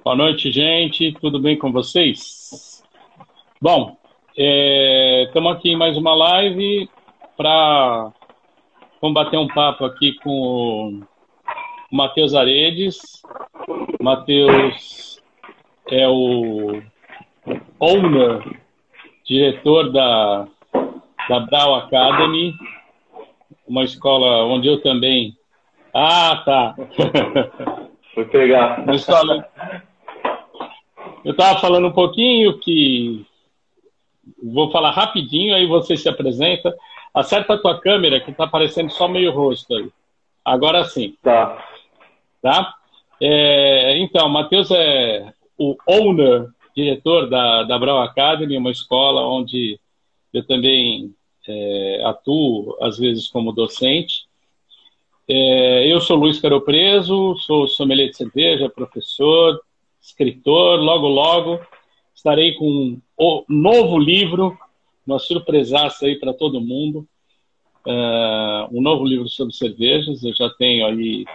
Boa noite, gente. Tudo bem com vocês? Bom, estamos aqui em mais uma live para bater um papo aqui com o Matheus Aredes. O Matheus é o owner, diretor da Brau Academy, uma escola onde eu também... Ah, tá. Foi pegar. Uma escola... Eu estava falando um pouquinho que... Vou falar rapidinho, aí você se apresenta. Acerta a tua câmera, que está aparecendo só meio rosto aí. Agora sim. Tá. Então, o Matheus é o owner, diretor da Brau Academy, uma escola onde eu também atuo, às vezes, como docente. Eu sou Luiz Caropreso, sou sommelier de cerveja, professor, escritor. Logo estarei com um novo livro, uma surpresaça aí para todo mundo, um novo livro sobre cervejas. Eu já tenho aí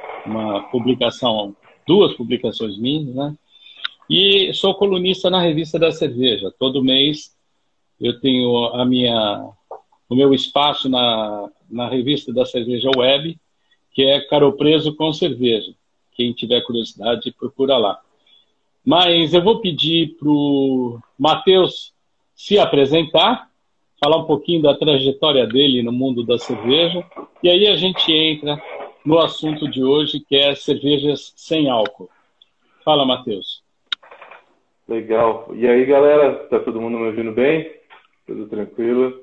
duas publicações minhas, né? E sou colunista na Revista da Cerveja. Todo mês eu tenho o meu espaço na Revista da Cerveja Web, que é Caropreso com Cerveja. Quem tiver curiosidade, procura lá. Mas eu vou pedir para o Matheus se apresentar, falar um pouquinho da trajetória dele no mundo da cerveja, e aí a gente entra no assunto de hoje, que é cervejas sem álcool. Fala, Matheus. Legal. E aí, galera? Tá todo mundo me ouvindo bem? Tudo tranquilo?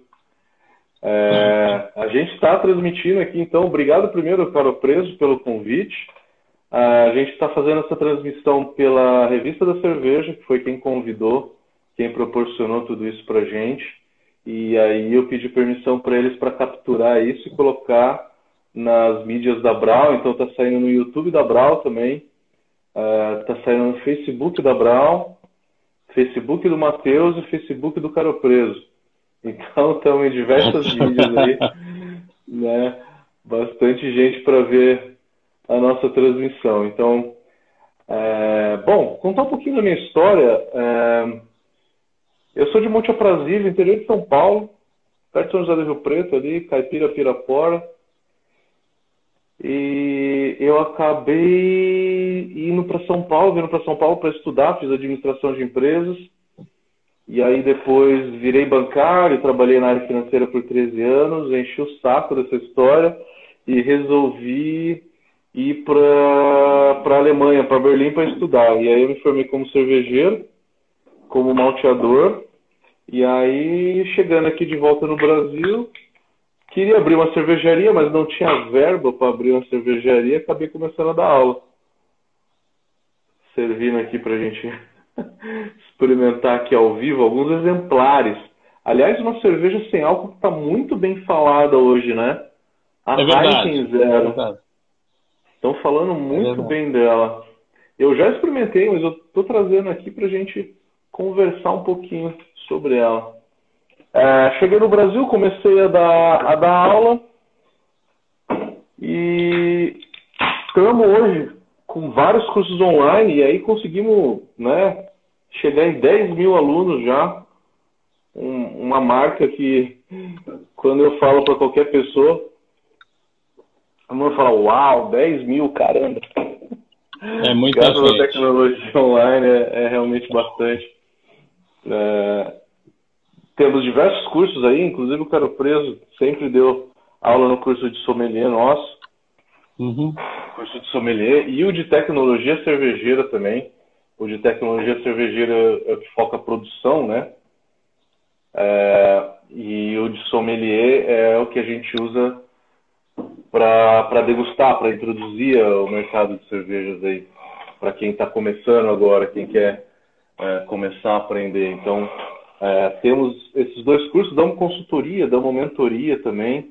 A gente está transmitindo aqui, então, obrigado primeiro, Caropreso, pelo convite. A gente está fazendo essa transmissão pela Revista da Cerveja, que foi quem convidou, quem proporcionou tudo isso para a gente. E aí eu pedi permissão para eles para capturar isso e colocar nas mídias da Brau. Então está saindo no YouTube da Brau também, está saindo no Facebook da Brau, Facebook do Matheus e Facebook do Caropreso. Então estamos em diversas mídias aí, né? Bastante gente para ver a nossa transmissão. Então, bom, contar um pouquinho da minha história. Eu sou de Monte Aprazível, interior de São Paulo, perto de São José do Rio Preto, ali, Caipira, Pirapora. E eu acabei vindo para São Paulo para estudar, fiz administração de empresas. E aí depois virei bancário, trabalhei na área financeira por 13 anos, enchi o saco dessa história e resolvi ir para a Alemanha, para Berlim, para estudar. E aí eu me formei como cervejeiro, como malteador. E aí, chegando aqui de volta no Brasil, queria abrir uma cervejaria, mas não tinha verba para abrir uma cervejaria, acabei começando a dar aula. Servindo aqui para a gente experimentar aqui ao vivo alguns exemplares. Aliás, uma cerveja sem álcool que está muito bem falada hoje, né? A Heineken Zero. Estão falando muito bem dela. Eu já experimentei, mas eu estou trazendo aqui para a gente conversar um pouquinho sobre ela. Cheguei no Brasil, comecei a dar aula e estamos hoje com vários cursos online e aí conseguimos, né, chegar em 10 mil alunos já. Uma marca que, quando eu falo para qualquer pessoa, a pessoa fala, uau, 10 mil, caramba. É muita gente. Graças à tecnologia online é realmente bastante. Temos diversos cursos aí, inclusive o Caropreso sempre deu aula no curso de sommelier nosso. Uhum. Curso de sommelier e o de tecnologia cervejeira também. O de tecnologia cervejeira é o que foca a produção, né? E o de sommelier é o que a gente usa para degustar, para introduzir o mercado de cervejas aí, para quem está começando agora, quem quer começar a aprender. Então, temos esses dois cursos, damos consultoria, damos mentoria também.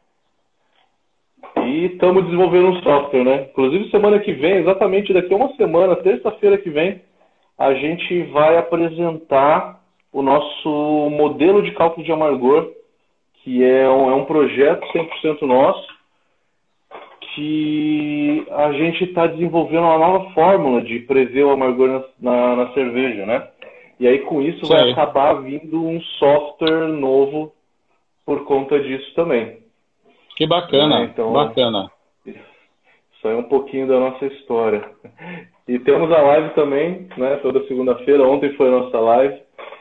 E estamos desenvolvendo um software, né? Inclusive, semana que vem, exatamente daqui a uma semana, terça-feira que vem, a gente vai apresentar o nosso modelo de cálculo de amargor, que é um projeto 100% nosso, que a gente está desenvolvendo uma nova fórmula de prever o amargor na cerveja, né? E aí, com isso, vai acabar vindo um software novo por conta disso também. Que bacana, né? Então, bacana. Isso é um pouquinho da nossa história. E temos a live também, né? Toda segunda-feira. Ontem foi a nossa live.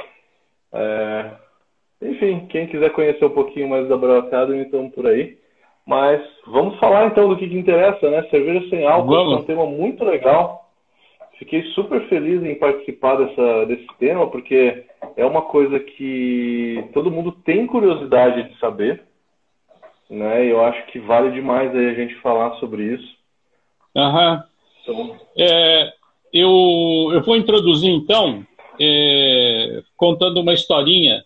Enfim, quem quiser conhecer um pouquinho mais da Brau Academy, estamos por aí. Mas vamos falar então do que interessa, né? Cerveja sem álcool é um tema muito legal. Fiquei super feliz em participar desse tema, porque é uma coisa que todo mundo tem curiosidade de saber, né? E eu acho que vale demais aí a gente falar sobre isso. Aham. Então... eu vou introduzir então, contando uma historinha.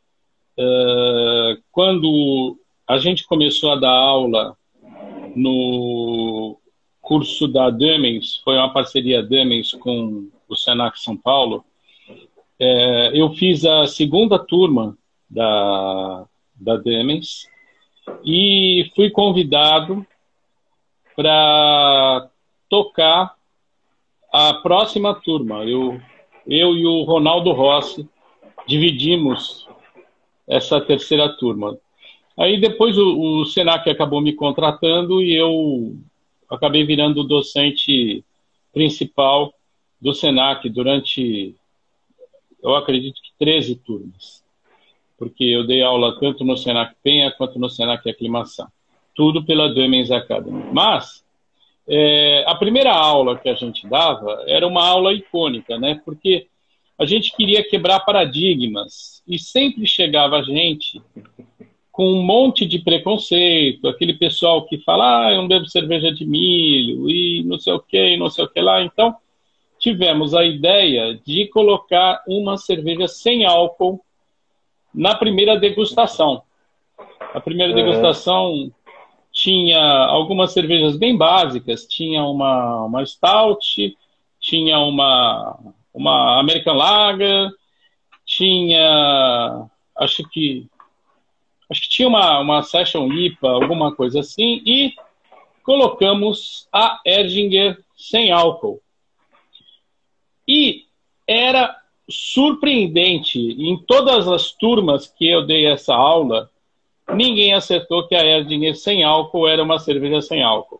Quando a gente começou a dar aula no curso da Dömens, foi uma parceria Dömens com o Senac São Paulo, eu fiz a segunda turma da Dömens e fui convidado para tocar a próxima turma. Eu e o Ronaldo Rossi dividimos essa terceira turma. Aí depois o Senac acabou me contratando e eu acabei virando o docente principal do Senac durante, eu acredito que 13 turmas. Porque eu dei aula tanto no Senac Penha quanto no Senac Aclimação. Tudo pela Dömens Academy. Mas a primeira aula que a gente dava era uma aula icônica, né? Porque a gente queria quebrar paradigmas e sempre chegava gente com um monte de preconceito, aquele pessoal que fala, eu não bebo cerveja de milho e não sei o que, não sei o que lá. Então, tivemos a ideia de colocar uma cerveja sem álcool na primeira degustação. A primeira degustação tinha algumas cervejas bem básicas, tinha uma Stout, tinha uma American Lager, tinha, acho que tinha uma Session IPA, alguma coisa assim, e colocamos a Erdinger sem álcool. E era surpreendente, em todas as turmas que eu dei essa aula, ninguém acertou que a Erdinger sem álcool era uma cerveja sem álcool.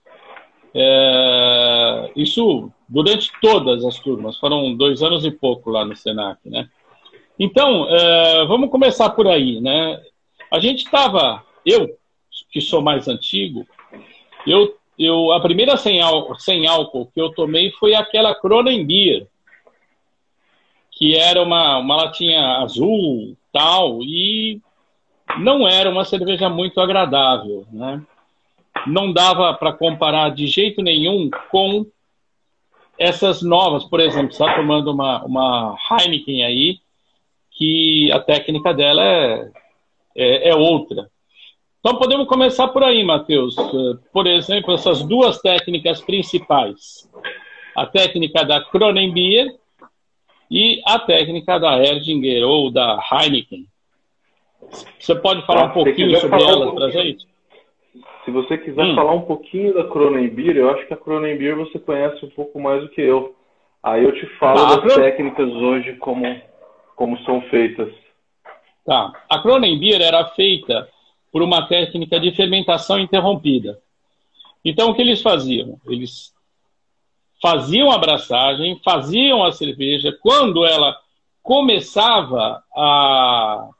Isso durante todas as turmas, foram 2 anos e pouco lá no Senac, né? Então, vamos começar por aí, né? A gente estava, eu, que sou mais antigo, a primeira sem álcool que eu tomei foi aquela Kronenbier, que era uma latinha azul, tal, e não era uma cerveja muito agradável, né? Não dava para comparar de jeito nenhum com essas novas. Por exemplo, você está tomando uma Heineken aí, que a técnica dela é outra. Então, podemos começar por aí, Matheus. Por exemplo, essas duas técnicas principais. A técnica da Kronenbier e a técnica da Erdinger ou da Heineken. Você pode falar um pouquinho sobre elas para a gente? Se você quiser falar um pouquinho da Kronenbier, eu acho que a Kronenbier você conhece um pouco mais do que eu. Aí eu te falo das técnicas hoje, como são feitas. Tá. A Kronenbier era feita por uma técnica de fermentação interrompida. Então, o que eles faziam? Eles faziam a abraçagem, faziam a cerveja. Quando ela começava a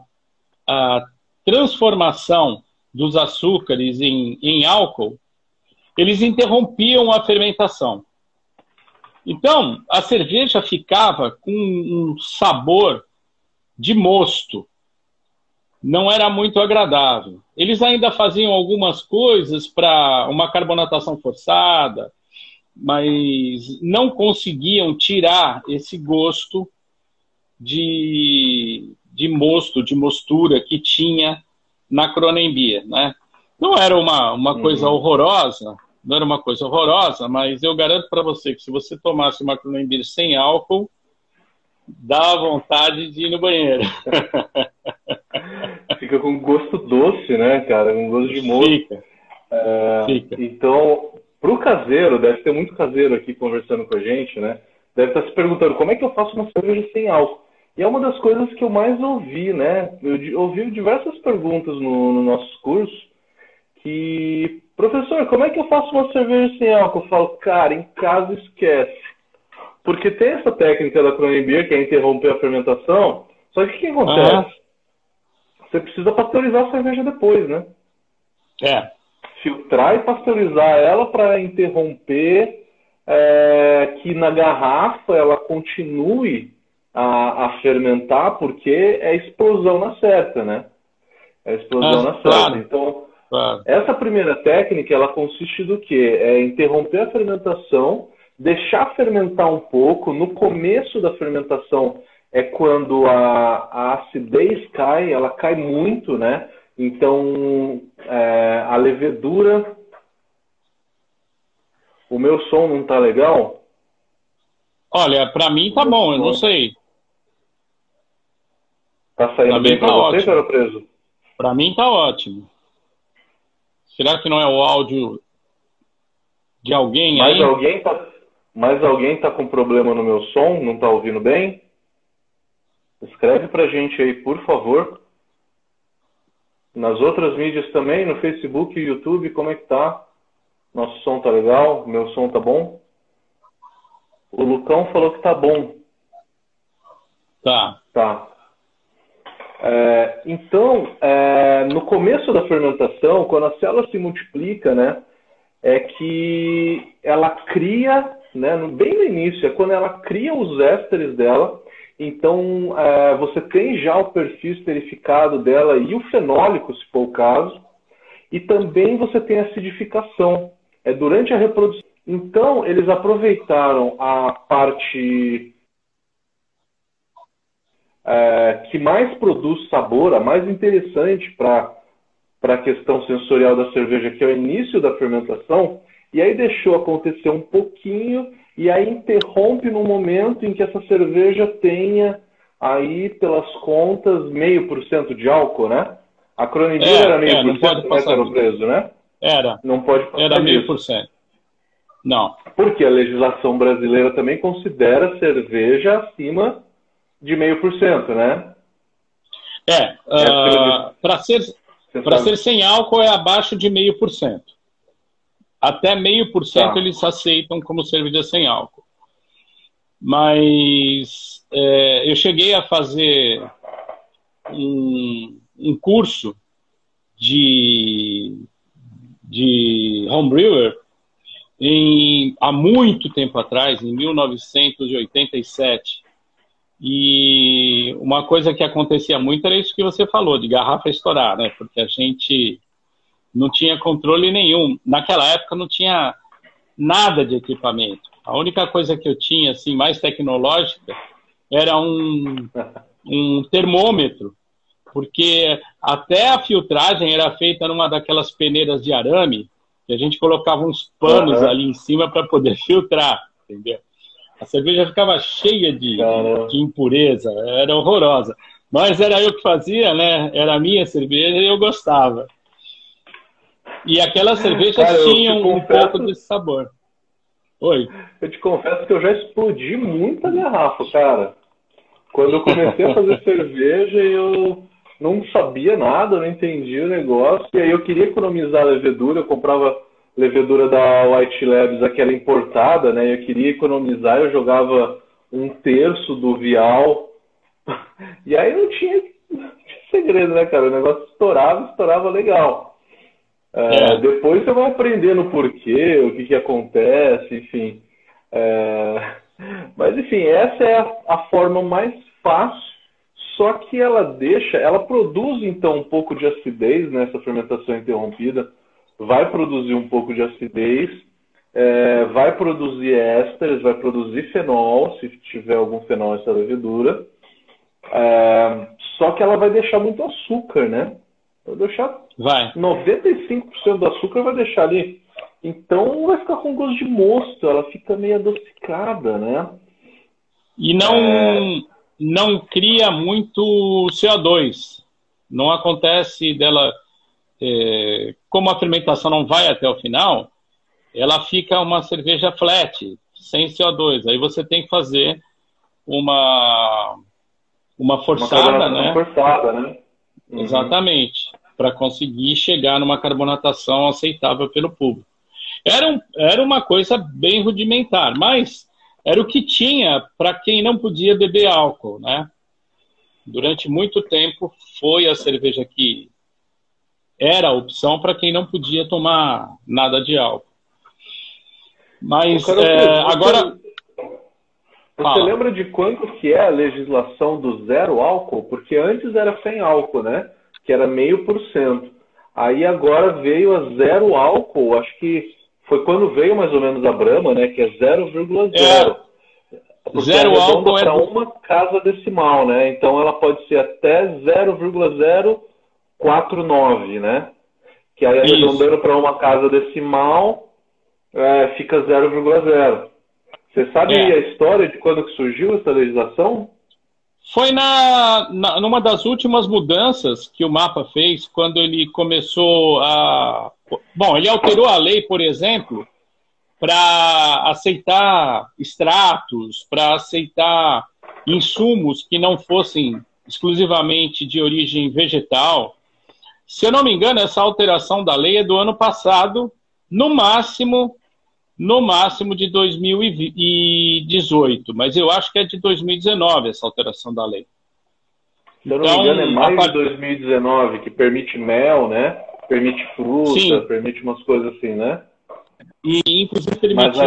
transformação dos açúcares em álcool, eles interrompiam a fermentação. Então, a cerveja ficava com um sabor de mosto. Não era muito agradável. Eles ainda faziam algumas coisas para uma carbonatação forçada, mas não conseguiam tirar esse gosto de mosto, de mostura que tinha na Kronenbier, né? Não era uma coisa horrorosa, não era uma coisa horrorosa, mas eu garanto para você que se você tomasse uma Kronenbier sem álcool, dá vontade de ir no banheiro. Fica com gosto doce, né, cara? Com gosto de mosto. Fica. Então, para o caseiro, deve ter muito caseiro aqui conversando com a gente, né? Deve estar se perguntando como é que eu faço uma cerveja sem álcool. E é uma das coisas que eu mais ouvi, né? Eu ouvi diversas perguntas no nosso curso que, professor, como é que eu faço uma cerveja sem álcool? Eu falo, cara, em casa esquece. Porque tem essa técnica da Kronenbier, que é interromper a fermentação, só que o que acontece? Você precisa pasteurizar a cerveja depois, né? Filtrar e pasteurizar ela para interromper que na garrafa ela continue a fermentar, porque é explosão na certa, né? É explosão na certa. Claro. Então, Claro. essa primeira técnica, ela consiste do quê? É interromper a fermentação, deixar fermentar um pouco. No começo da fermentação é quando a acidez cai, ela cai muito, né? Então, a levedura... O meu som não tá legal? Olha, para mim tá bom, eu não sei. Tá saindo bem para você, cara preso? Para mim tá ótimo. Será que não é o áudio de alguém aí? Mais alguém tá com problema no meu som? Não tá ouvindo bem? Escreve pra gente aí, por favor. Nas outras mídias também, no Facebook e YouTube, como é que tá? Nosso som tá legal? Meu som tá bom? O Lucão falou que tá bom. Tá. Então, no começo da fermentação, quando a célula se multiplica, né, é que ela cria, né, bem no início, é quando ela cria os ésteres dela. Então, você tem já o perfil esterificado dela e o fenólico, se for o caso. E também você tem a acidificação. É durante a reprodução. Então, eles aproveitaram a parte que mais produz sabor, a mais interessante para a questão sensorial da cerveja, que é o início da fermentação, e aí deixou acontecer um pouquinho, e aí interrompe no momento em que essa cerveja tenha aí, pelas contas, 0,5% de álcool, né? A Kronenbier era 0,5%, né, Carol Preso, né? Era. Não pode passar era 0,5%. Não. Porque a legislação brasileira também considera cerveja acima de 0,5%, né? Para ser sem álcool é abaixo de 0,5%. Até 0,5% eles aceitam como cerveja sem álcool. Mas eu cheguei a fazer um curso de homebrewer há muito tempo atrás, em 1987. E uma coisa que acontecia muito era isso que você falou, de garrafa estourar, né? Porque a gente não tinha controle nenhum. Naquela época não tinha nada de equipamento. A única coisa que eu tinha, assim, mais tecnológica, era um termômetro, porque até a filtragem era feita numa daquelas peneiras de arame, que a gente colocava uns panos ali em cima para poder filtrar, entendeu? A cerveja ficava cheia de impureza, era horrorosa. Mas era eu que fazia, né? Era a minha cerveja e eu gostava. E aquelas cervejas tinham um pouco desse sabor. Oi? Eu te confesso que eu já explodi muita garrafa, cara. Quando eu comecei a fazer cerveja, eu não sabia nada, não entendia o negócio. E aí eu queria economizar a levedura, eu comprava levedura da White Labs, aquela importada, né? Eu queria economizar, eu jogava 1/3 do vial. E aí não tinha segredo, né, cara? O negócio estourava legal. Depois você vai aprendendo o porquê, o que acontece, enfim. Mas, enfim, essa é a forma mais fácil, só que ela produz, então, um pouco de acidez nessa fermentação interrompida, vai produzir um pouco de acidez, vai produzir ésteres, vai produzir fenol, se tiver algum fenol nessa levedura, só que ela vai deixar muito açúcar, né? Vai deixar 95% do açúcar vai deixar ali. Então vai ficar com gosto de mosto, ela fica meio adocicada, né? E não cria muito CO2. Não acontece dela como a fermentação não vai até o final, ela fica uma cerveja flat, sem CO2. Aí você tem que fazer uma forçada, Uma né? forçada, né? Uhum. Exatamente, para conseguir chegar numa carbonatação aceitável pelo público. Era uma coisa bem rudimentar, mas era o que tinha para quem não podia beber álcool, né? Durante muito tempo foi a cerveja que era a opção para quem não podia tomar nada de álcool. Mas agora... Você lembra de quanto que é a legislação do zero álcool? Porque antes era sem álcool, né? Que era 0,5%. Aí agora veio a zero álcool, acho que foi quando veio mais ou menos a Brahma, né? Que é 0,0. Porque zero álcool para uma casa decimal, né? Então ela pode ser até 0,049, né? Que aí arredondando para uma casa decimal, fica 0,0. Você sabe a história de quando que surgiu essa legislação? Foi numa das últimas mudanças que o MAPA fez, quando ele começou a... Bom, ele alterou a lei, por exemplo, para aceitar extratos, para aceitar insumos que não fossem exclusivamente de origem vegetal. Se eu não me engano, essa alteração da lei é do ano passado, no máximo de 2018, mas eu acho que é de 2019 essa alteração da lei. Se eu não me engano, é mais de 2019, que permite mel, né? Permite fruta, sim, permite umas coisas assim, né? E inclusive permite... Mas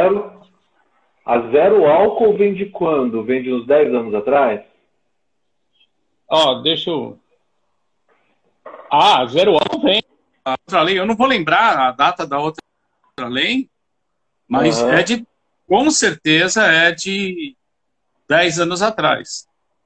a zero álcool vem de quando? Vem de uns 10 anos atrás? Deixa eu... zero álcool vem. A outra lei, eu não vou lembrar a data da outra lei, mas com certeza é de 10 anos atrás.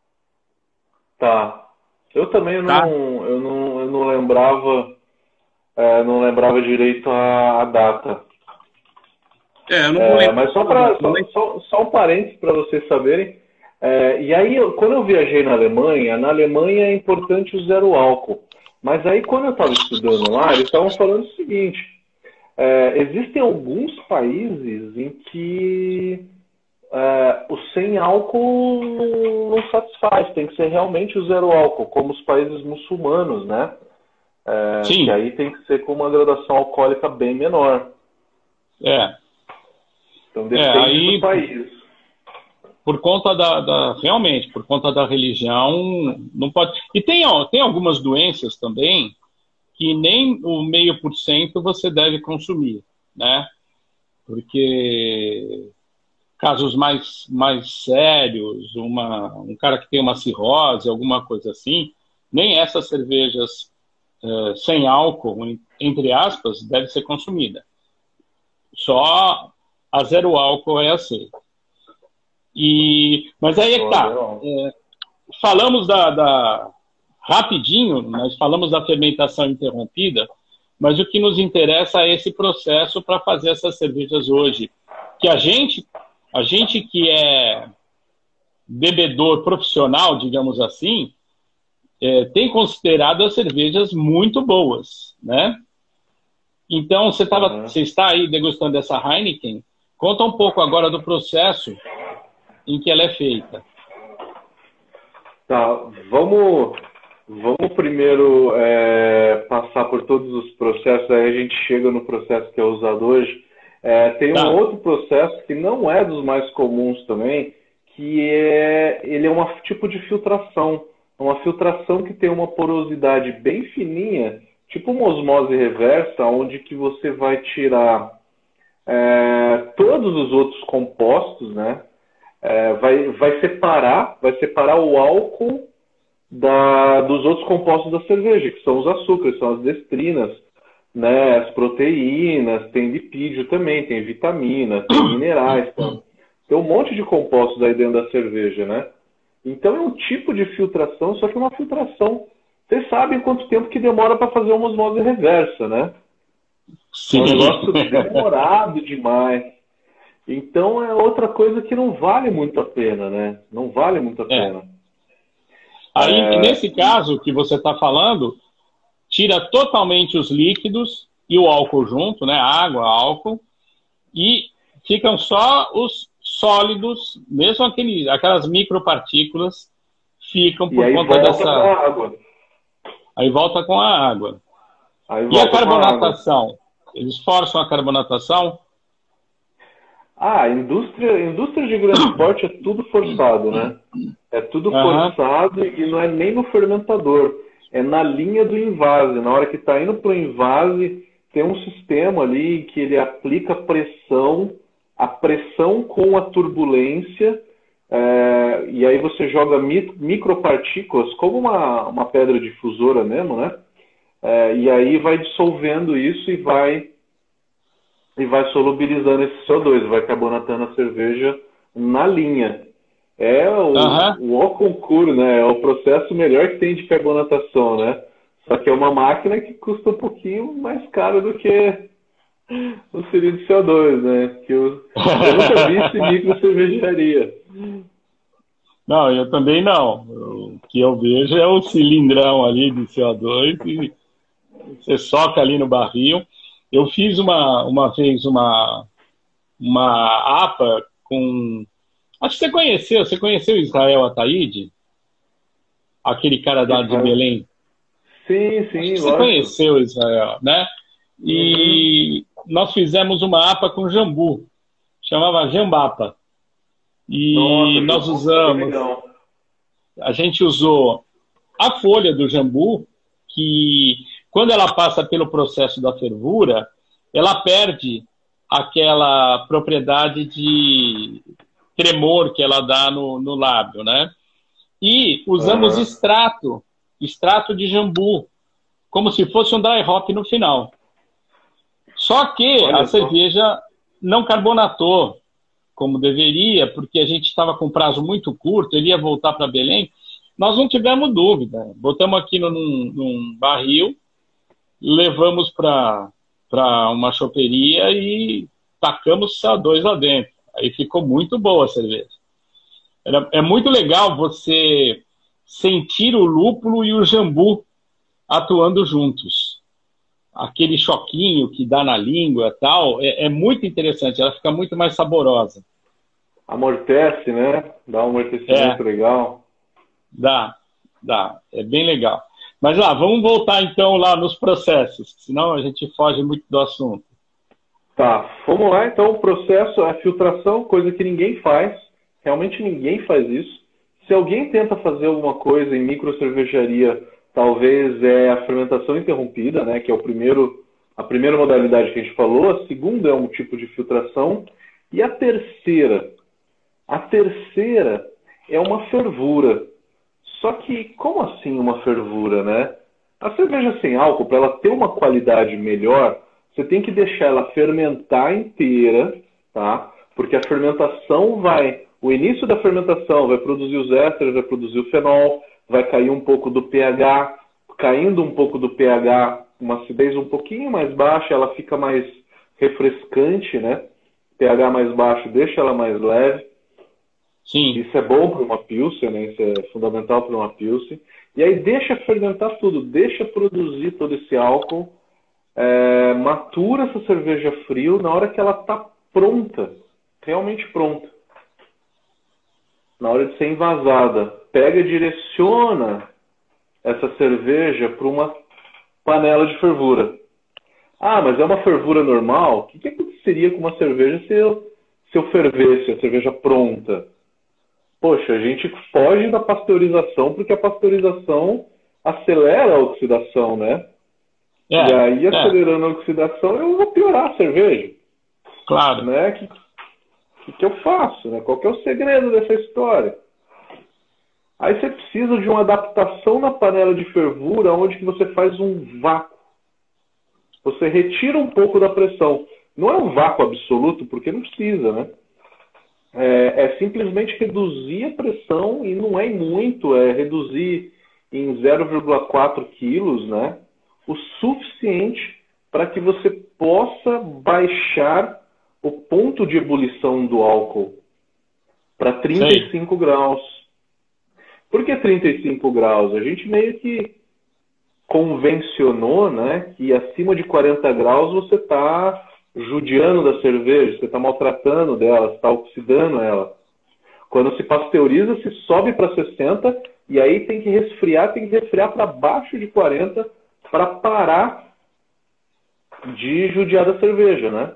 Tá. Eu também eu não lembrava, não lembrava direito a data. Eu não vou lembrar. Mas só um parênteses para vocês saberem. E aí, quando eu viajei na Alemanha é importante o zero álcool. Mas aí, quando eu estava estudando lá, eles estavam falando o seguinte: existem alguns países em que o sem álcool não satisfaz, tem que ser realmente o zero álcool, como os países muçulmanos, né? Sim. Que aí tem que ser com uma graduação alcoólica bem menor. Então depende do país. Por conta realmente, por conta da religião, não pode... E tem algumas doenças também que nem o 0,5% você deve consumir, né? Porque casos mais sérios, um cara que tem uma cirrose, alguma coisa assim, nem essas cervejas sem álcool, entre aspas, deve ser consumida. Só a zero álcool é aceita. Mas aí é que tá. Falamos rapidinho, nós falamos da fermentação interrompida, mas o que nos interessa é esse processo para fazer essas cervejas hoje. Que a gente que é bebedor profissional, digamos assim, tem considerado as cervejas muito boas, né? Então, você está aí degustando essa Heineken. Conta um pouco agora do processo em que ela é feita. Tá, vamos primeiro passar por todos os processos, aí a gente chega no processo que é usado hoje. Tem um outro processo que não é dos mais comuns também, que ele é um tipo de filtração. Uma filtração que tem uma porosidade bem fininha, tipo uma osmose reversa, onde que você vai tirar todos os outros compostos, né? Vai separar o álcool dos outros compostos da cerveja, que são os açúcares, são as destrinas, né, as proteínas, tem lipídio também, tem vitamina, tem minerais, tem um monte de compostos aí dentro da cerveja, né? Então é um tipo de filtração, só que é uma filtração. Vocês sabem quanto tempo que demora para fazer uma osmose reversa, né? Sim. É um negócio demorado demais. Então é outra coisa que não vale muito a pena, né? Não vale muito a pena. Aí, nesse caso que você está falando, tira totalmente os líquidos e o álcool junto, né? Água, álcool, e ficam só os sólidos, mesmo aquelas micropartículas ficam por conta dessa... Água. Aí volta com a água. E a carbonatação? Eles forçam a carbonatação? Indústria de grande porte é tudo forçado, né? É tudo forçado e não é nem no fermentador. É na linha do invase. Na hora que está indo para o invase, tem um sistema ali que ele aplica pressão, a pressão com a turbulência, e aí você joga micropartículas, como uma pedra difusora mesmo, né? E aí vai dissolvendo isso e vai solubilizando esse CO2, vai carbonatando a cerveja na linha. É o concurso, né? É o processo melhor que tem de carbonatação, né? Só que é uma máquina que custa um pouquinho mais caro do que o cilindro de CO2, né? Que eu nunca vi isso em microcervejaria. Não, eu também não. O que eu vejo é o cilindrão ali de CO2 e você soca ali no barril. Eu fiz uma vez uma APA com... Acho que você conheceu Israel Ataíde? Aquele cara de Belém? Sim, lógico. Você conheceu Israel, né? E nós fizemos uma APA com jambu. Chamava Jambapa. E nós usamos... A gente usou a folha do jambu, que quando ela passa pelo processo da fervura, ela perde aquela propriedade de tremor que ela dá no lábio, né? E usamos extrato de jambu, como se fosse um dry hop no final. Só que a cerveja não carbonatou como deveria, porque a gente estava com prazo muito curto, ele ia voltar para Belém. Nós não tivemos dúvida. Botamos aqui num barril, levamos para uma choperia e tacamos CO2 lá dentro. Aí ficou muito boa a cerveja. É muito legal você sentir o lúpulo e o jambu atuando juntos. Aquele choquinho que dá na língua e tal, é muito interessante. Ela fica muito mais saborosa. Amortece, né? Dá um amortecimento legal. Dá. É bem legal. Mas vamos voltar então lá nos processos, senão a gente foge muito do assunto. Tá, vamos lá. Então, o processo é filtração, coisa que ninguém faz. Realmente ninguém faz isso. Se alguém tenta fazer alguma coisa em microcervejaria, talvez é a fermentação interrompida, né? Que é a primeira modalidade que a gente falou. A segunda é um tipo de filtração. E a terceira é uma fervura. Só que, como assim uma fervura, né? A cerveja sem álcool, para ela ter uma qualidade melhor, você tem que deixar ela fermentar inteira, tá? Porque a fermentação o início da fermentação vai produzir os ésteres, vai produzir o fenol, vai cair um pouco do pH, caindo um pouco do pH, uma acidez um pouquinho mais baixa, ela fica mais refrescante, né? pH mais baixo deixa ela mais leve. Sim. Isso é bom para uma Pilsen, né? Isso é fundamental para uma Pilsen. E aí deixa fermentar tudo, deixa produzir todo esse álcool, matura essa cerveja frio na hora que ela está pronta, realmente pronta. Na hora de ser envasada, pega e direciona essa cerveja para uma panela de fervura. Mas é uma fervura normal? O que aconteceria com uma cerveja se eu fervesse a cerveja pronta? Poxa, a gente foge da pasteurização, porque a pasteurização acelera a oxidação, né? E aí, acelerando a oxidação, eu vou piorar a cerveja. Claro. Né? O que eu faço? Né? Qual que é o segredo dessa história? Aí você precisa de uma adaptação na panela de fervura, onde que você faz um vácuo. Você retira um pouco da pressão. Não é um vácuo absoluto, porque não precisa, né? É simplesmente reduzir a pressão, e não é muito, é reduzir em 0,4 quilos, né? O suficiente para que você possa baixar o ponto de ebulição do álcool para 35 graus. Por que 35 graus? A gente meio que convencionou, né, que acima de 40 graus você está judiando da cerveja, você está maltratando dela, você está oxidando ela. Quando se pasteuriza, se sobe para 60 e aí tem que resfriar para baixo de 40 para parar de judiar da cerveja, né?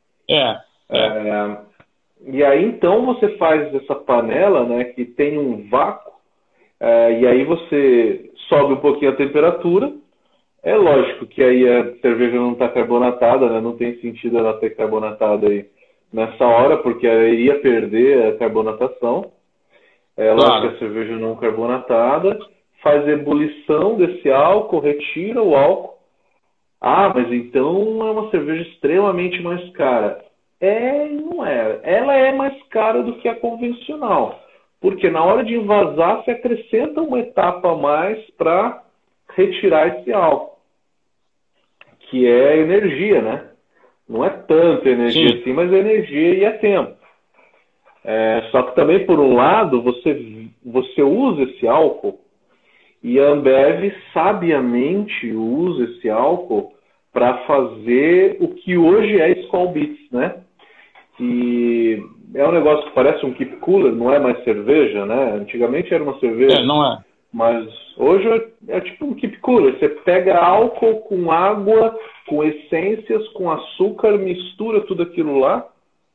E aí então você faz essa panela, né, que tem um vácuo, e aí você sobe um pouquinho a temperatura. É lógico que aí a cerveja não está carbonatada, né? Não tem sentido ela ter carbonatada aí nessa hora, porque ela iria perder a carbonatação. É lógico que a cerveja não carbonatada faz ebulição desse álcool, retira o álcool. Ah, mas então é uma cerveja extremamente mais cara. Não é. Ela é mais cara do que a convencional. Porque na hora de envasar, se acrescenta uma etapa a mais para retirar esse álcool. Que é energia, né? Não é tanta energia assim, mas é energia e é tempo. Só que também, por um lado, você usa esse álcool e a Ambev sabiamente usa esse álcool para fazer o que hoje é Skol Beats, né? Que é um negócio que parece um keep cooler, não é mais cerveja, né? Antigamente era uma cerveja. Não é. Mas hoje é tipo um keep cooler. Você pega álcool com água, com essências, com açúcar, mistura tudo aquilo lá,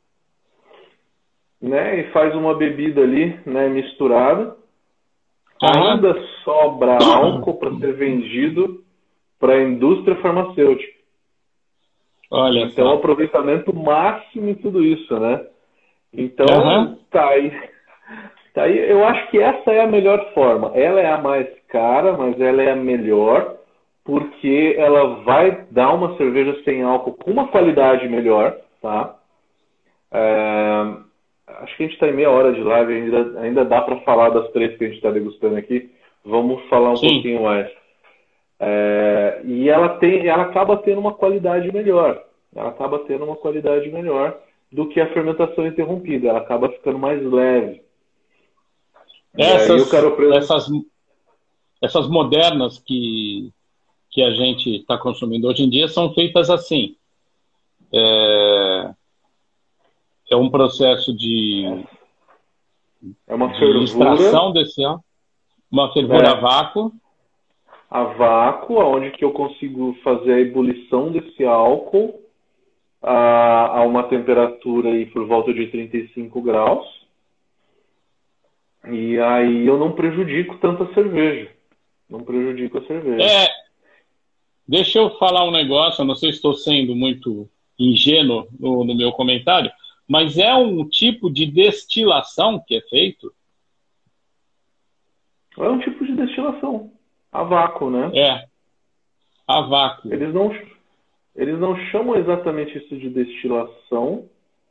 né? E faz uma bebida ali, né, misturada. Ainda sobra álcool para ser vendido para a indústria farmacêutica. Olha então, só. aproveitamento máximo em tudo isso, né? Então, tá aí. Eu acho que essa é a melhor forma. Ela é a mais cara, mas ela é a melhor, porque ela vai dar uma cerveja sem álcool com uma qualidade melhor, tá? Acho que a gente está em meia hora de live, ainda dá para falar das três que a gente está degustando aqui. Vamos falar um pouquinho mais. E ela acaba tendo uma qualidade melhor. Ela acaba tendo uma qualidade melhor do que a fermentação interrompida. Ela acaba ficando mais leve. Essas modernas que a gente está consumindo hoje em dia são feitas assim. É um processo de extração desse álcool, uma fervura a vácuo. A vácuo, onde que eu consigo fazer a ebulição desse álcool a uma temperatura aí por volta de 35 graus. E aí eu não prejudico tanto a cerveja. Deixa eu falar um negócio, eu não sei se estou sendo muito ingênuo no meu comentário, mas é um tipo de destilação que é feito? É um tipo de destilação. A vácuo, né? A vácuo. Eles não chamam exatamente isso de destilação.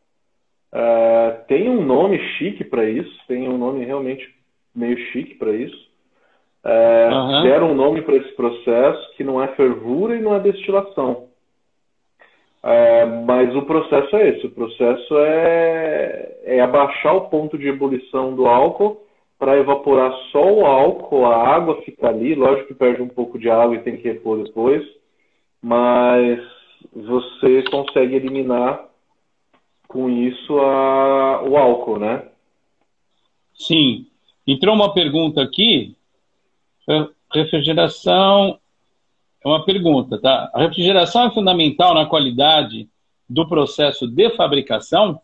Tem um nome chique para isso. Tem um nome realmente meio chique para isso. Deram um nome para esse processo que não é fervura e não é destilação. Mas o processo é esse. O processo é abaixar o ponto de ebulição do álcool para evaporar só o álcool, a água fica ali. Lógico que perde um pouco de água e tem que repor depois. Mas você consegue eliminar com isso o álcool, né? Sim. Entrou uma pergunta aqui. Refrigeração... É uma pergunta, tá? A refrigeração é fundamental na qualidade do processo de fabricação?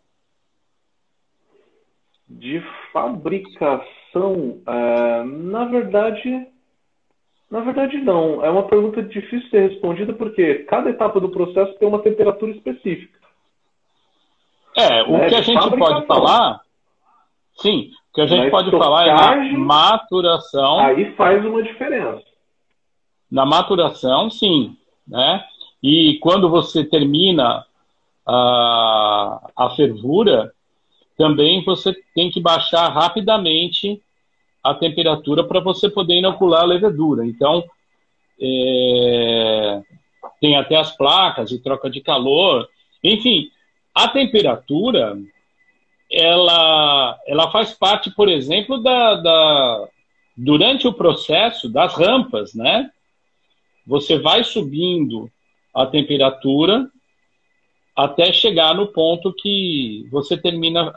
De fabricação, na verdade não. É uma pergunta difícil de ser respondida porque cada etapa do processo tem uma temperatura específica. O que a gente pode falar... Sim, o que a gente pode falar é na maturação... Aí faz uma diferença. Na maturação, sim, né? E quando você termina a fervura, também você tem que baixar rapidamente a temperatura para você poder inocular a levedura. Então, tem até as placas de troca de calor. Enfim, a temperatura, ela faz parte, por exemplo, durante o processo das rampas, né? você vai subindo a temperatura até chegar no ponto que você termina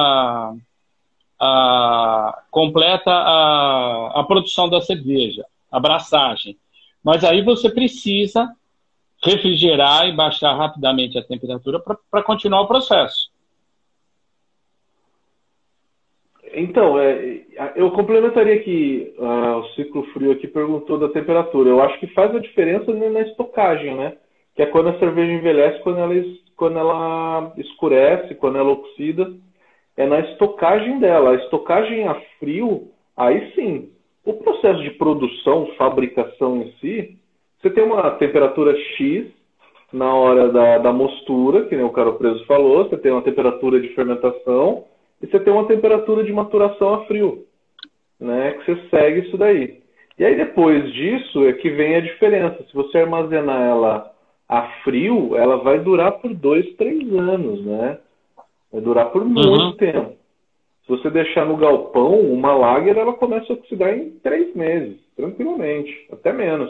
completa a produção da cerveja, a braçagem. Mas aí você precisa refrigerar e baixar rapidamente a temperatura para continuar o processo. Então, eu complementaria que o ciclo frio aqui perguntou da temperatura. Eu acho que faz a diferença na estocagem, né? Que é quando a cerveja envelhece, quando ela escurece, quando ela oxida. É na estocagem dela. A estocagem a frio, aí sim. O processo de produção, fabricação em si, você tem uma temperatura X na hora da mostura, que nem o Caro Preso falou, você tem uma temperatura de fermentação e você tem uma temperatura de maturação a frio, né? Que você segue isso daí. E aí depois disso é que vem a diferença. Se você armazenar ela a frio, ela vai durar por 2, 3 anos, né? Vai durar por muito tempo. Se você deixar no galpão, uma lager, ela começa a oxidar em 3 meses, tranquilamente, até menos.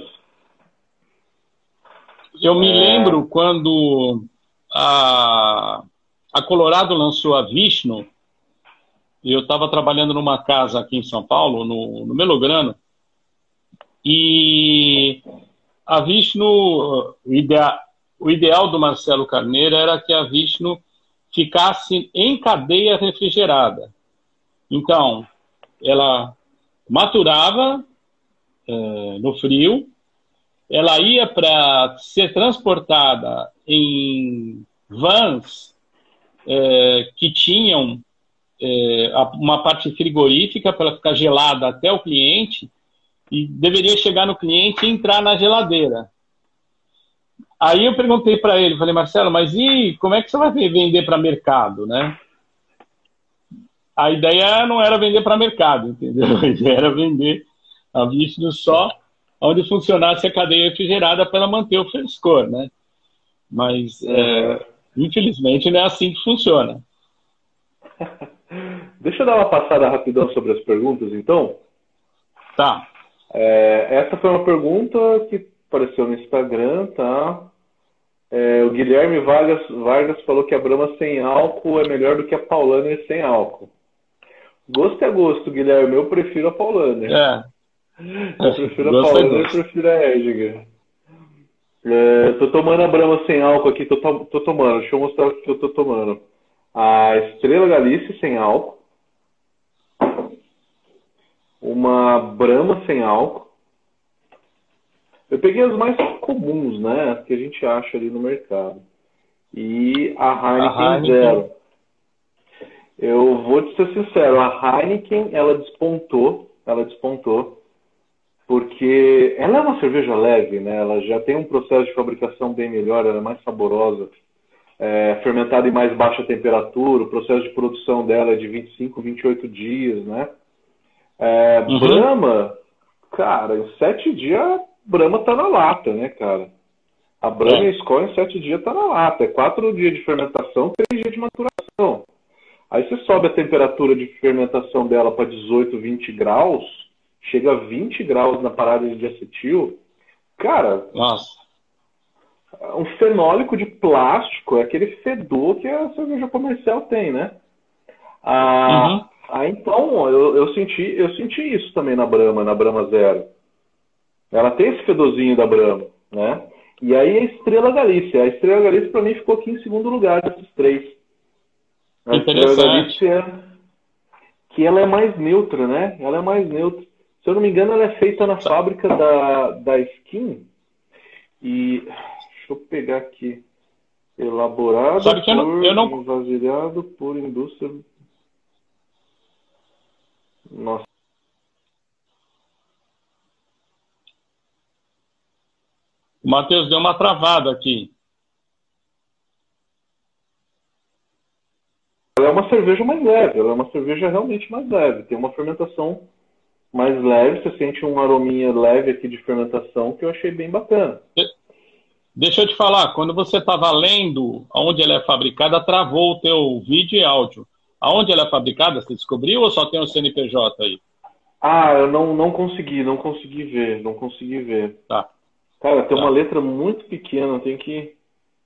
Eu me lembro quando a Colorado lançou a Vishnu, eu estava trabalhando numa casa aqui em São Paulo, no Melograno, e a Vishnu, o ideal do Marcelo Carneiro era que a Vishnu ficasse em cadeia refrigerada. Então, ela maturava no frio, ela ia para ser transportada em vans que tinham uma parte frigorífica para ela ficar gelada até o cliente, e deveria chegar no cliente e entrar na geladeira. Aí eu perguntei para ele, falei, Marcelo, mas e como é que você vai vender para mercado, né? A ideia não era vender para mercado, entendeu? A ideia era vender a Vishnu só onde funcionasse a cadeia refrigerada para ela manter o frescor, né? Mas, infelizmente, não é assim que funciona. Deixa eu dar uma passada rapidão sobre as perguntas, então. Tá. Essa foi uma pergunta que apareceu no Instagram, tá? O Guilherme Vargas falou que a Brahma sem álcool é melhor do que a Paulaner sem álcool. Gosto é gosto, Guilherme. Eu prefiro a Paulaner. Eu prefiro a Paulaner, eu prefiro a Edgar. Tô tomando a Brahma sem álcool aqui, tô tomando. Deixa eu mostrar o que eu tô tomando. A Estrela Galícia sem álcool. Uma Brahma sem álcool. Eu peguei as mais comuns, né? Que a gente acha ali no mercado. E a Heineken Zero. Eu vou te ser sincero, a Heineken, ela despontou, porque ela é uma cerveja leve, né? Ela já tem um processo de fabricação bem melhor, ela é mais saborosa, fermentada em mais baixa temperatura, o processo de produção dela é de 25, 28 dias, né? Brahma, cara, em 7 dias, Brahma tá na lata, né, cara? A Brahma e a Skol em 7 dias tá na lata, é 4 dias de fermentação, 3 dias de maturação. Aí você sobe a temperatura de fermentação dela para 18, 20 graus, chega a 20 graus na parada de acetil. Cara, nossa, um fenólico de plástico, é aquele fedor que a cerveja comercial tem, né? Então, eu senti isso também na Brahma Zero. Ela tem esse fedorzinho da Brahma, né? E aí a Estrela Galícia. A Estrela Galícia, para mim, ficou aqui em segundo lugar desses 3. A Estrela Galícia, que ela é mais neutra, né? Ela é mais neutra. Se eu não me engano, ela é feita na fábrica da Skin. E deixa eu pegar aqui. Elaborado por vasilhado por indústria. Nossa. O Matheus deu uma travada aqui. Ela é uma cerveja mais leve, ela é uma cerveja realmente mais leve. Tem uma fermentação mais leve, você sente um arominha leve aqui de fermentação que eu achei bem bacana. Deixa eu te falar, quando você estava lendo onde ela é fabricada, travou o teu vídeo e áudio. Aonde ela é fabricada, você descobriu ou só tem o CNPJ aí? Eu não consegui ver. Tá. Cara, tem uma Tá. letra muito pequena, tem que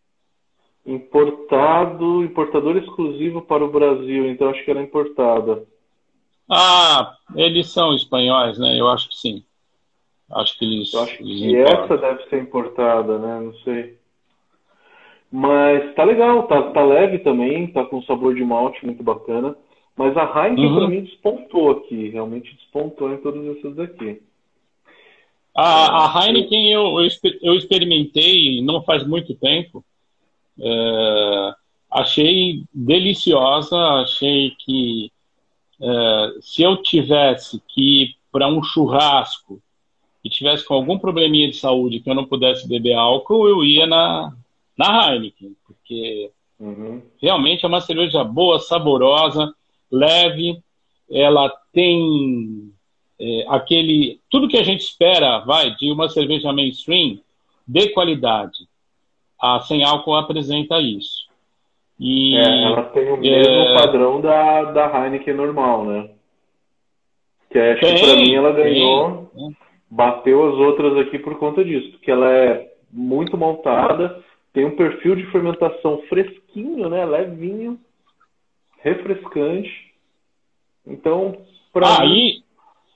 importado, importador exclusivo para o Brasil, então acho que era importada. Ah, eles são espanhóis, né? Eu acho que sim. Acho que Eu eles, acho eles que essa importam. deve ser importada, né? Não sei. Mas tá legal, tá leve também, tá com sabor de malte muito bacana. Mas a Heineken para Uhum. mim despontou aqui, realmente despontou em todas essas daqui. A Eu, Heineken eu experimentei não faz muito tempo. Achei deliciosa, achei que se eu tivesse que ir para um churrasco e tivesse com algum probleminha de saúde que eu não pudesse beber álcool, eu ia na Heineken, porque uhum, realmente é uma cerveja boa, saborosa, leve, ela tem aquele tudo que a gente espera, vai, de uma cerveja mainstream de qualidade. A sem álcool apresenta isso. E ela tem o mesmo é, padrão da Heineken normal, né? Que acho que para mim tem, ela tem. ganhou, bateu as outras aqui por conta disso, porque ela é muito maltada, tem um perfil de fermentação fresquinho, né? Levinho, refrescante. Então, para mim, Aí,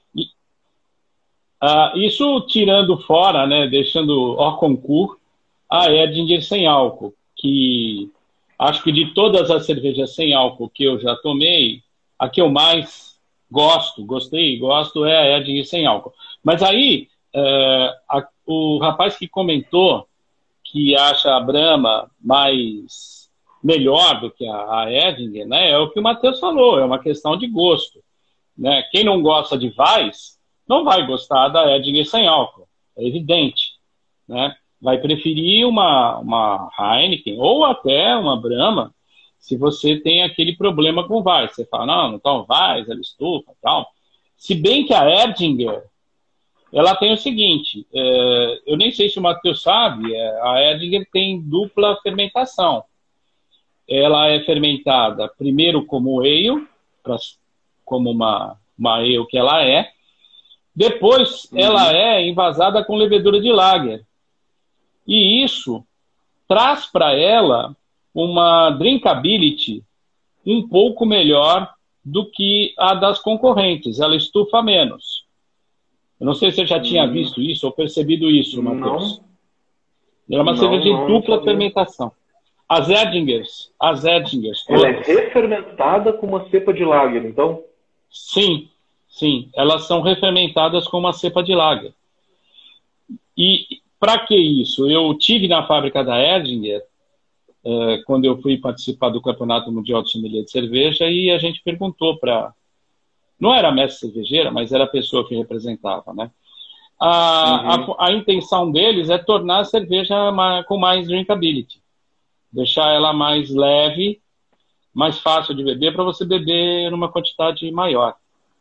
isso tirando fora, né, deixando hors concours, a Edinger sem álcool, que acho que de todas as cervejas sem álcool que eu já tomei, a que eu mais gostei e gosto é a Edinger sem álcool. Mas aí, o rapaz que comentou que acha a Brahma mais melhor do que a Edinger, né, é o que o Matheus falou, é uma questão de gosto. Né? Quem não gosta de Weiss não vai gostar da Edinger sem álcool, é evidente. Né? Vai preferir uma Heineken ou até uma Brahma se você tem aquele problema com Weiss. Você fala, não toma Weiss, ela estufa tal. Se bem que a Edinger, ela tem o seguinte, eu nem sei se o Matheus sabe, a Edinger tem dupla fermentação. Ela é fermentada primeiro como ale, como uma ale que ela é. Depois, ela uhum. é envasada com levedura de lager. E isso traz para ela uma drinkability um pouco melhor do que a das concorrentes. Ela estufa menos. Eu não sei se você já tinha Hum, visto isso ou percebido isso, Matheus. não, Ela é uma cerveja de não dupla sabia. fermentação. As Erdingers, Ela é todas. refermentada com uma cepa de lager, então. Sim, sim, elas são refermentadas com uma cepa de lager. E para que isso? Eu tive na fábrica da Erdinger, quando eu fui participar do Campeonato Mundial de Sommelier de Cerveja, e a gente perguntou para... Não era a mestre cervejeira, mas era a pessoa que representava, né? Uhum. A intenção deles é tornar a cerveja com mais drinkability. Deixar ela mais leve, mais fácil de beber, para você beber numa quantidade maior.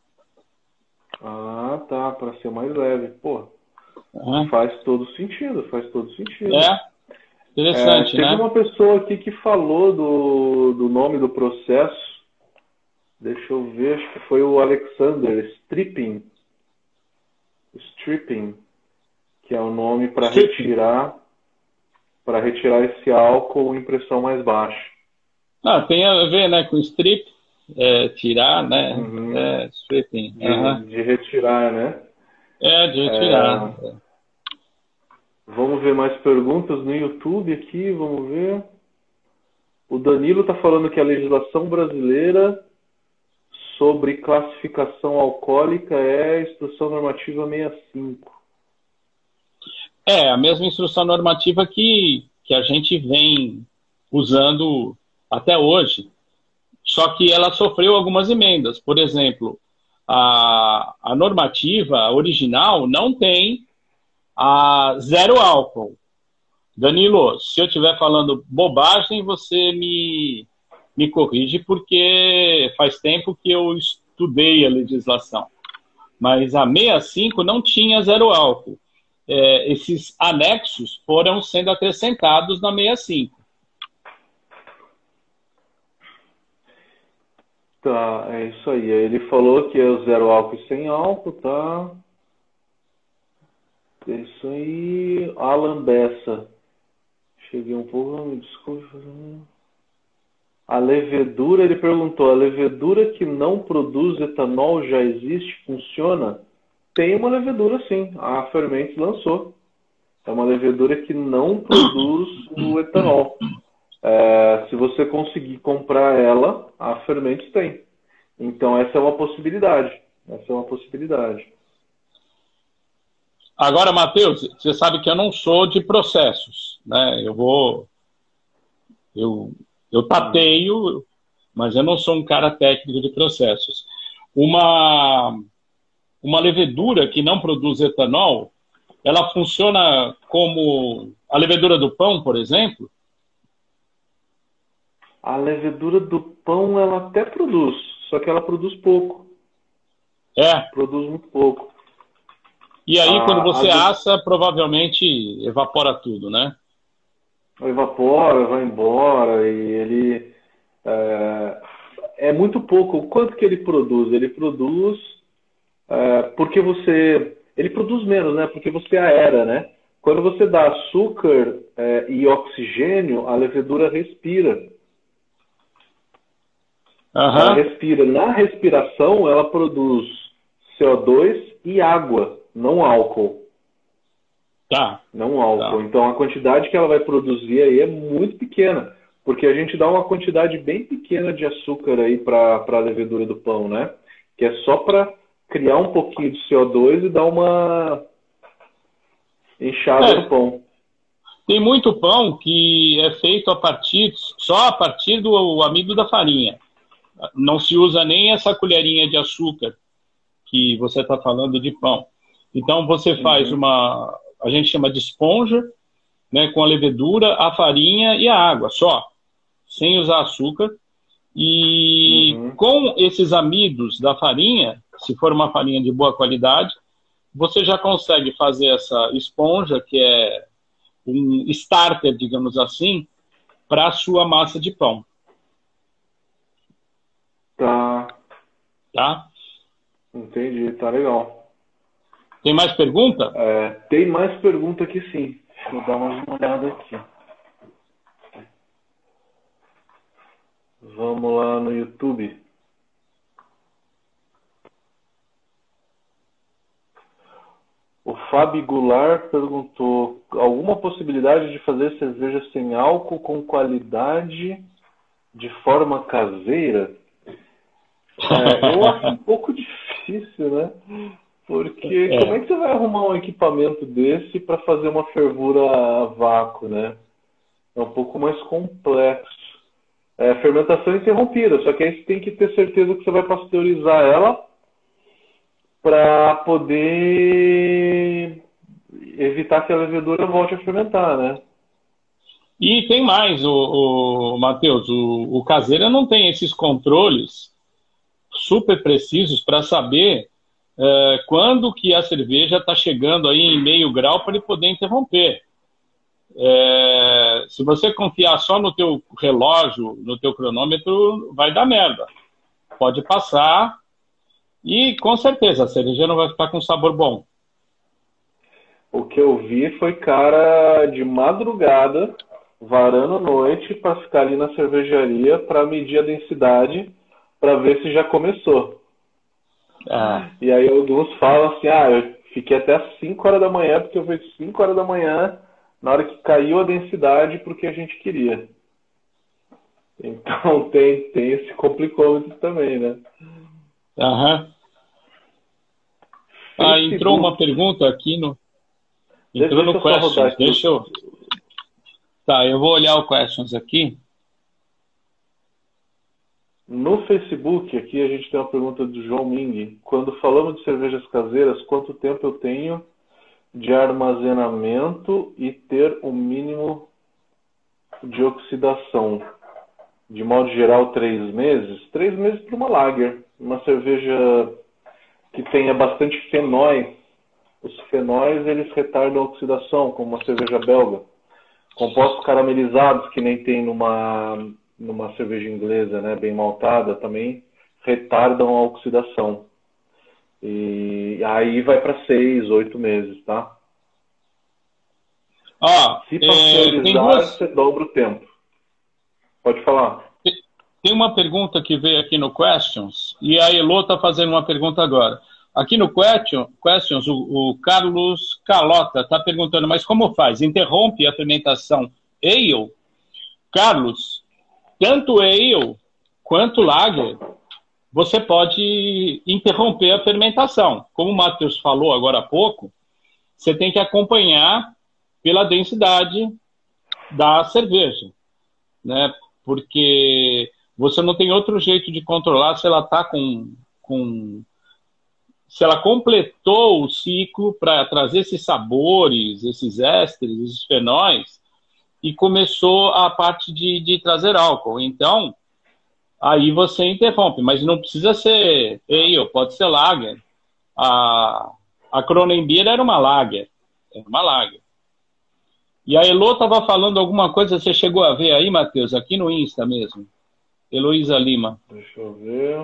Ah, tá, para ser mais leve. Pô, Né? faz todo sentido, faz todo sentido. É interessante, Teve né? uma pessoa aqui que falou do nome do processo. Deixa eu ver, acho que foi o Alexander, stripping, que é o nome Stripping. para retirar esse álcool em pressão mais baixa. Ah, tem a ver, né, com strip, tirar, né? Uhum. Stripping. De retirar, né? De retirar. Vamos ver mais perguntas no YouTube aqui, vamos ver. O Danilo está falando que a legislação brasileira sobre classificação alcoólica é a Instrução Normativa 65. A mesma instrução normativa que a gente vem usando até hoje. Só que ela sofreu algumas emendas. Por exemplo, a normativa original não tem a zero álcool. Danilo, se eu estiver falando bobagem, você me corrige, porque faz tempo que eu estudei a legislação. Mas a 65 não tinha zero álcool. Esses anexos foram sendo acrescentados na 65. Tá, é isso aí. Ele falou que é o zero álcool e sem álcool, tá? É isso aí, Alan Bessa. Cheguei um pouco, me desculpe. A levedura, ele perguntou, a levedura que não produz etanol já existe, funciona? Tem uma levedura sim, a Fermentes lançou. É uma levedura que não produz o etanol. Se você conseguir comprar ela, a Fermentes tem. Então essa é uma possibilidade. Essa é uma possibilidade. Agora, Matheus, você sabe que eu não sou de processos, né? Eu tateio, mas eu não sou um cara técnico de processos. Uma, uma levedura que não produz etanol, ela funciona como a levedura do pão, por exemplo? A levedura do pão, ela até produz, só que ela produz pouco. É. Produz muito pouco. E aí, quando você assa, provavelmente evapora tudo, né? Evapora, vai embora e ele é muito pouco. O quanto que ele produz? Ele produz porque você... Ele produz menos, né? Porque você aera, né? Quando você dá açúcar e oxigênio, a levedura respira. Ela respira. Na respiração, ela produz CO2 e água, não álcool. Tá. Não álcool. Tá. Então, a quantidade que ela vai produzir aí é muito pequena. Porque a gente dá uma quantidade bem pequena de açúcar aí para a levedura do pão, né? Que é só para criar um pouquinho de CO2 e dar uma inchada no pão. Tem muito pão que é feito só a partir do amido da farinha. Não se usa nem essa colherinha de açúcar que você está falando de pão. Então você faz a gente chama de esponja, né, com a levedura, a farinha e a água, só, sem usar açúcar. E com esses amidos da farinha, se for uma farinha de boa qualidade, você já consegue fazer essa esponja, que é um starter, digamos assim, para a sua massa de pão. Tá? Entendi, tá legal. Tem mais pergunta? Tem mais pergunta aqui sim. Deixa eu dar uma olhada aqui. Vamos lá no YouTube. O Fábio Goulart perguntou: alguma possibilidade de fazer cerveja sem álcool com qualidade de forma caseira? Eu acho um pouco difícil, né? Porque como é que você vai arrumar um equipamento desse para fazer uma fervura a vácuo, né? É um pouco mais complexo. Fermentação interrompida, só que aí você tem que ter certeza que você vai pasteurizar ela para poder evitar que a levedura volte a fermentar, né? E tem mais, Matheus, o caseiro não tem esses controles super precisos para saber quando que a cerveja está chegando aí em meio grau para ele poder interromper. Se você confiar só no teu relógio, no teu cronômetro, vai dar merda. Pode passar e, com certeza, a cerveja não vai ficar com sabor bom. O que eu vi foi cara de madrugada, varando a noite, para ficar ali na cervejaria para medir a densidade, para ver se já começou. E aí alguns falam assim, eu fiquei até às 5 horas da manhã, porque eu vejo 5 horas da manhã, na hora que caiu a densidade, porque a gente queria. Então tem esse complicômetro também, né? Entrou uma pergunta aqui no... Entrou no Questions. Deixa eu... Tá, eu vou olhar o Questions aqui. No Facebook, aqui a gente tem uma pergunta do João Ming. Quando falamos de cervejas caseiras, quanto tempo eu tenho de armazenamento e ter o mínimo de oxidação? De modo geral, 3 meses? 3 meses para uma lager. Uma cerveja que tenha bastante fenóis. Os fenóis, eles retardam a oxidação, como uma cerveja belga. Compostos caramelizados, que nem tem numa cerveja inglesa, né, bem maltada, também retardam a oxidação. E aí vai para 6, 8 meses, tá? Ó, Se tem pasteurizar, você dobra o tempo. Pode falar. Tem uma pergunta que veio aqui no Questions, e a Elo está fazendo uma pergunta agora. Aqui no Questions, o Carlos Calota está perguntando, mas como faz? Interrompe a fermentação ale? Carlos, tanto ale quanto lager, você pode interromper a fermentação. Como o Matheus falou agora há pouco, você tem que acompanhar pela densidade da cerveja, né? Porque você não tem outro jeito de controlar se ela está se ela completou o ciclo para trazer esses sabores, esses ésteres, esses fenóis, e começou a parte de trazer álcool. Então, aí você interrompe, mas não precisa ser ale, pode ser lager. A Kronenbier era uma lager. Era uma lager. E a Elo estava falando alguma coisa, você chegou a ver aí, Matheus, aqui no Insta mesmo. Heloísa Lima. Deixa eu ver.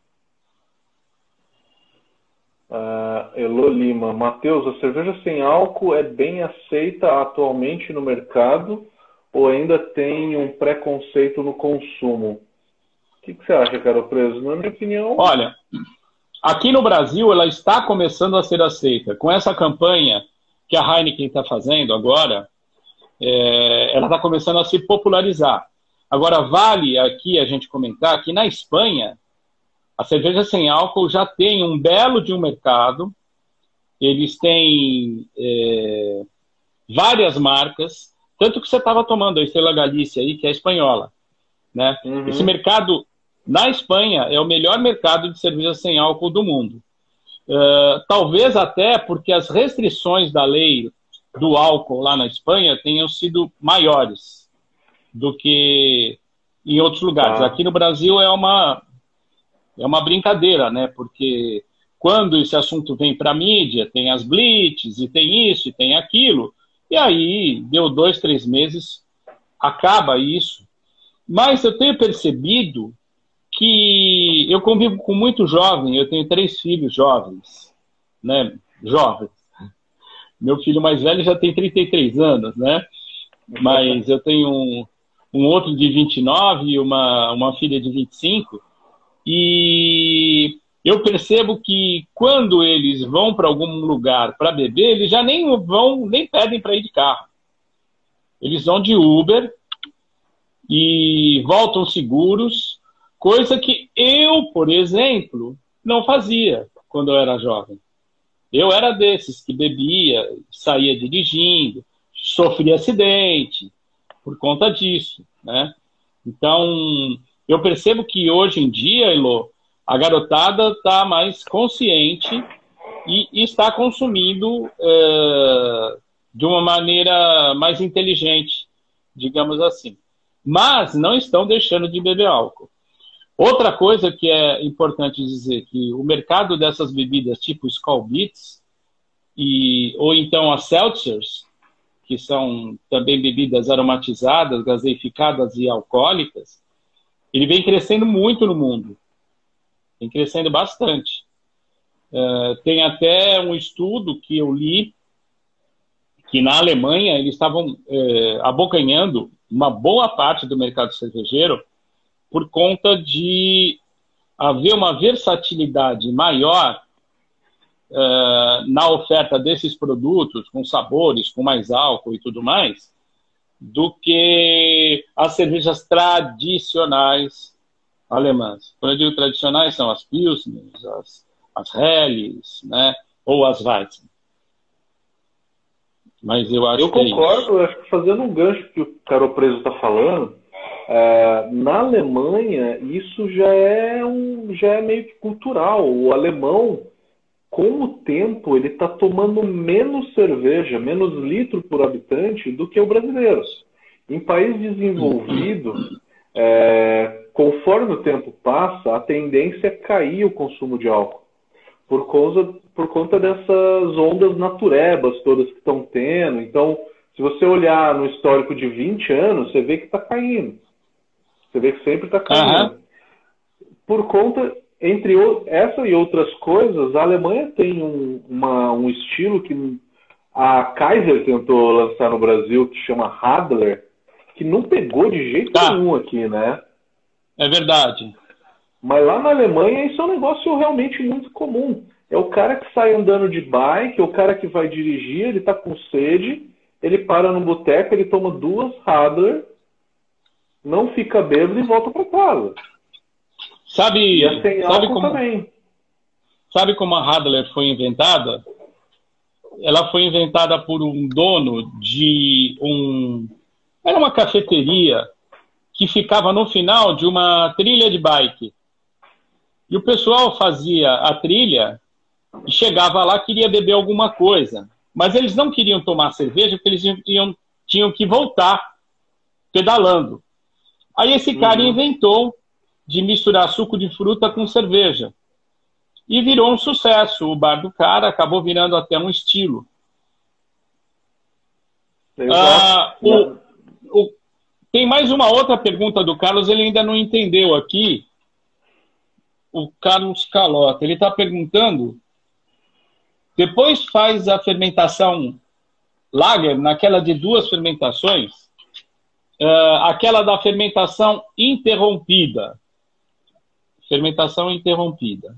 Elo Lima. Matheus, a cerveja sem álcool é bem aceita atualmente no mercado ou ainda tem um preconceito no consumo? O que você acha, Caro Preso? Na minha opinião... Olha, aqui no Brasil ela está começando a ser aceita. Com essa campanha que a Heineken está fazendo agora, ela está começando a se popularizar. Agora, vale aqui a gente comentar que na Espanha, a cerveja sem álcool já tem um belo de um mercado, eles têm várias marcas, tanto que você estava tomando a Estrela Galícia aí, que é espanhola, né? Uhum. Esse mercado, na Espanha, é o melhor mercado de cerveja sem álcool do mundo. Talvez até porque as restrições da lei do álcool lá na Espanha tenham sido maiores do que em outros lugares. Aqui no Brasil é uma brincadeira, né? Porque quando esse assunto vem para a mídia, tem as blitz, e tem isso, e tem aquilo, e aí deu 2, 3 meses, acaba isso. Mas eu tenho percebido que eu convivo com muito jovem, eu tenho 3 filhos jovens, né? Jovens. Meu filho mais velho já tem 33 anos, né? Mas eu tenho um outro de 29 e uma filha de 25, e eu percebo que quando eles vão para algum lugar para beber, eles já nem pedem para ir de carro. Eles vão de Uber e voltam seguros, coisa que eu, por exemplo, não fazia quando eu era jovem. Eu era desses que bebia, saía dirigindo, sofria acidente por conta disso, né? Então, eu percebo que hoje em dia, Elo, a garotada está mais consciente e está consumindo de uma maneira mais inteligente, digamos assim. Mas não estão deixando de beber álcool. Outra coisa que é importante dizer, que o mercado dessas bebidas tipo Skol Beats ou então as Seltzers, que são também bebidas aromatizadas, gaseificadas e alcoólicas, ele vem crescendo muito no mundo. Vem crescendo bastante. Tem até um estudo que eu li, que na Alemanha eles estavam abocanhando uma boa parte do mercado cervejeiro por conta de haver uma versatilidade maior na oferta desses produtos, com sabores, com mais álcool e tudo mais, do que as cervejas tradicionais alemãs. Quando eu digo tradicionais, são as Pilsners, as Helles, né? Ou as Weizen. Mas eu acho que concordo, acho que fazendo um gancho que o Caro Preso está falando, na Alemanha isso já é meio que cultural. O alemão, com o tempo, ele está tomando menos cerveja, menos litro por habitante do que o brasileiro. Em país desenvolvido, conforme o tempo passa, a tendência é cair o consumo de álcool. Por conta dessas ondas naturebas todas que estão tendo. Então, se você olhar no histórico de 20 anos, você vê que está caindo. Você vê que sempre está caindo. Uhum. Por conta, essa e outras coisas, a Alemanha tem um estilo que A Kaiser tentou lançar no Brasil, que chama Radler, que não pegou de jeito nenhum aqui, né? É verdade. Mas lá na Alemanha isso é um negócio realmente muito comum. É o cara que sai andando de bike, é o cara que vai dirigir, ele tá com sede, ele para no boteco, ele toma 2 Radler, não fica bêbado e volta para casa. Sabe, e sem álcool também. Sabe como a Radler foi inventada? Ela foi inventada por um dono de Era uma cafeteria que ficava no final de uma trilha de bike. E o pessoal fazia a trilha e chegava lá, queria beber alguma coisa. Mas eles não queriam tomar cerveja porque eles tinham que voltar pedalando. Aí esse cara inventou de misturar suco de fruta com cerveja. E virou um sucesso. O bar do cara acabou virando até um estilo. Tem mais uma outra pergunta do Carlos, ele ainda não entendeu aqui. O Carlos Calota, ele está perguntando, depois faz a fermentação Lager, naquela de 2 fermentações, aquela da fermentação interrompida. Fermentação interrompida.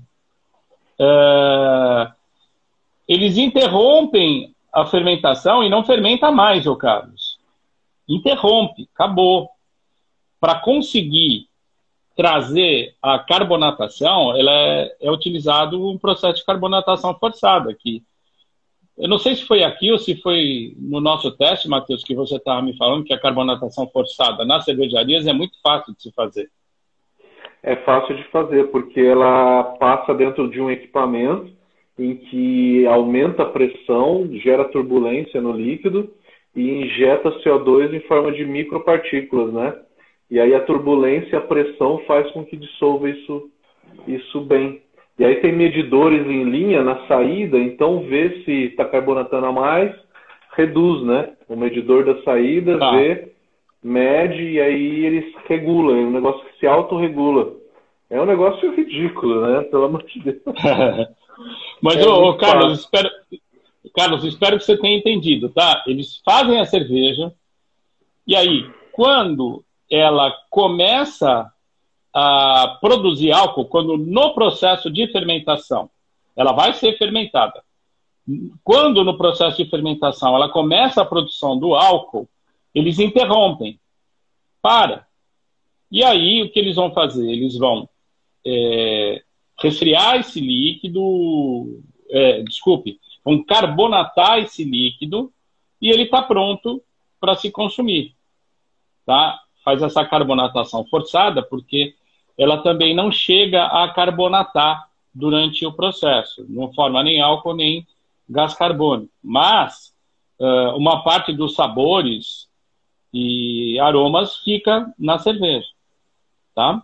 Eles interrompem a fermentação e não fermenta mais, ô Carlos. Interrompe, acabou. Para conseguir trazer a carbonatação, é utilizado um processo de carbonatação forçada. Eu não sei se foi aqui ou se foi no nosso teste, Matheus, que você estava me falando que a carbonatação forçada nas cervejarias é muito fácil de se fazer. É fácil de fazer, porque ela passa dentro de um equipamento em que aumenta a pressão, gera turbulência no líquido e injeta CO2 em forma de micropartículas, né? E aí a turbulência e a pressão faz com que dissolva isso bem. E aí tem medidores em linha na saída, então vê se está carbonatando a mais, reduz, né? O medidor da saída vê, mede e aí eles regulam. É um negócio que se autorregula. É um negócio ridículo, né? Pelo amor de Deus. Mas, Carlos, espero que você tenha entendido, tá? Eles fazem a cerveja e aí, quando ela começa a produzir álcool, quando no processo de fermentação, ela vai ser fermentada. Quando no processo de fermentação ela começa a produção do álcool, eles interrompem. E aí, o que eles vão fazer? Eles vão resfriar esse líquido, vão carbonatar esse líquido e ele está pronto para se consumir. Tá? Faz essa carbonatação forçada porque ela também não chega a carbonatar durante o processo. Não forma nem álcool nem gás carbônico. Mas uma parte dos sabores e aromas fica na cerveja. Tá?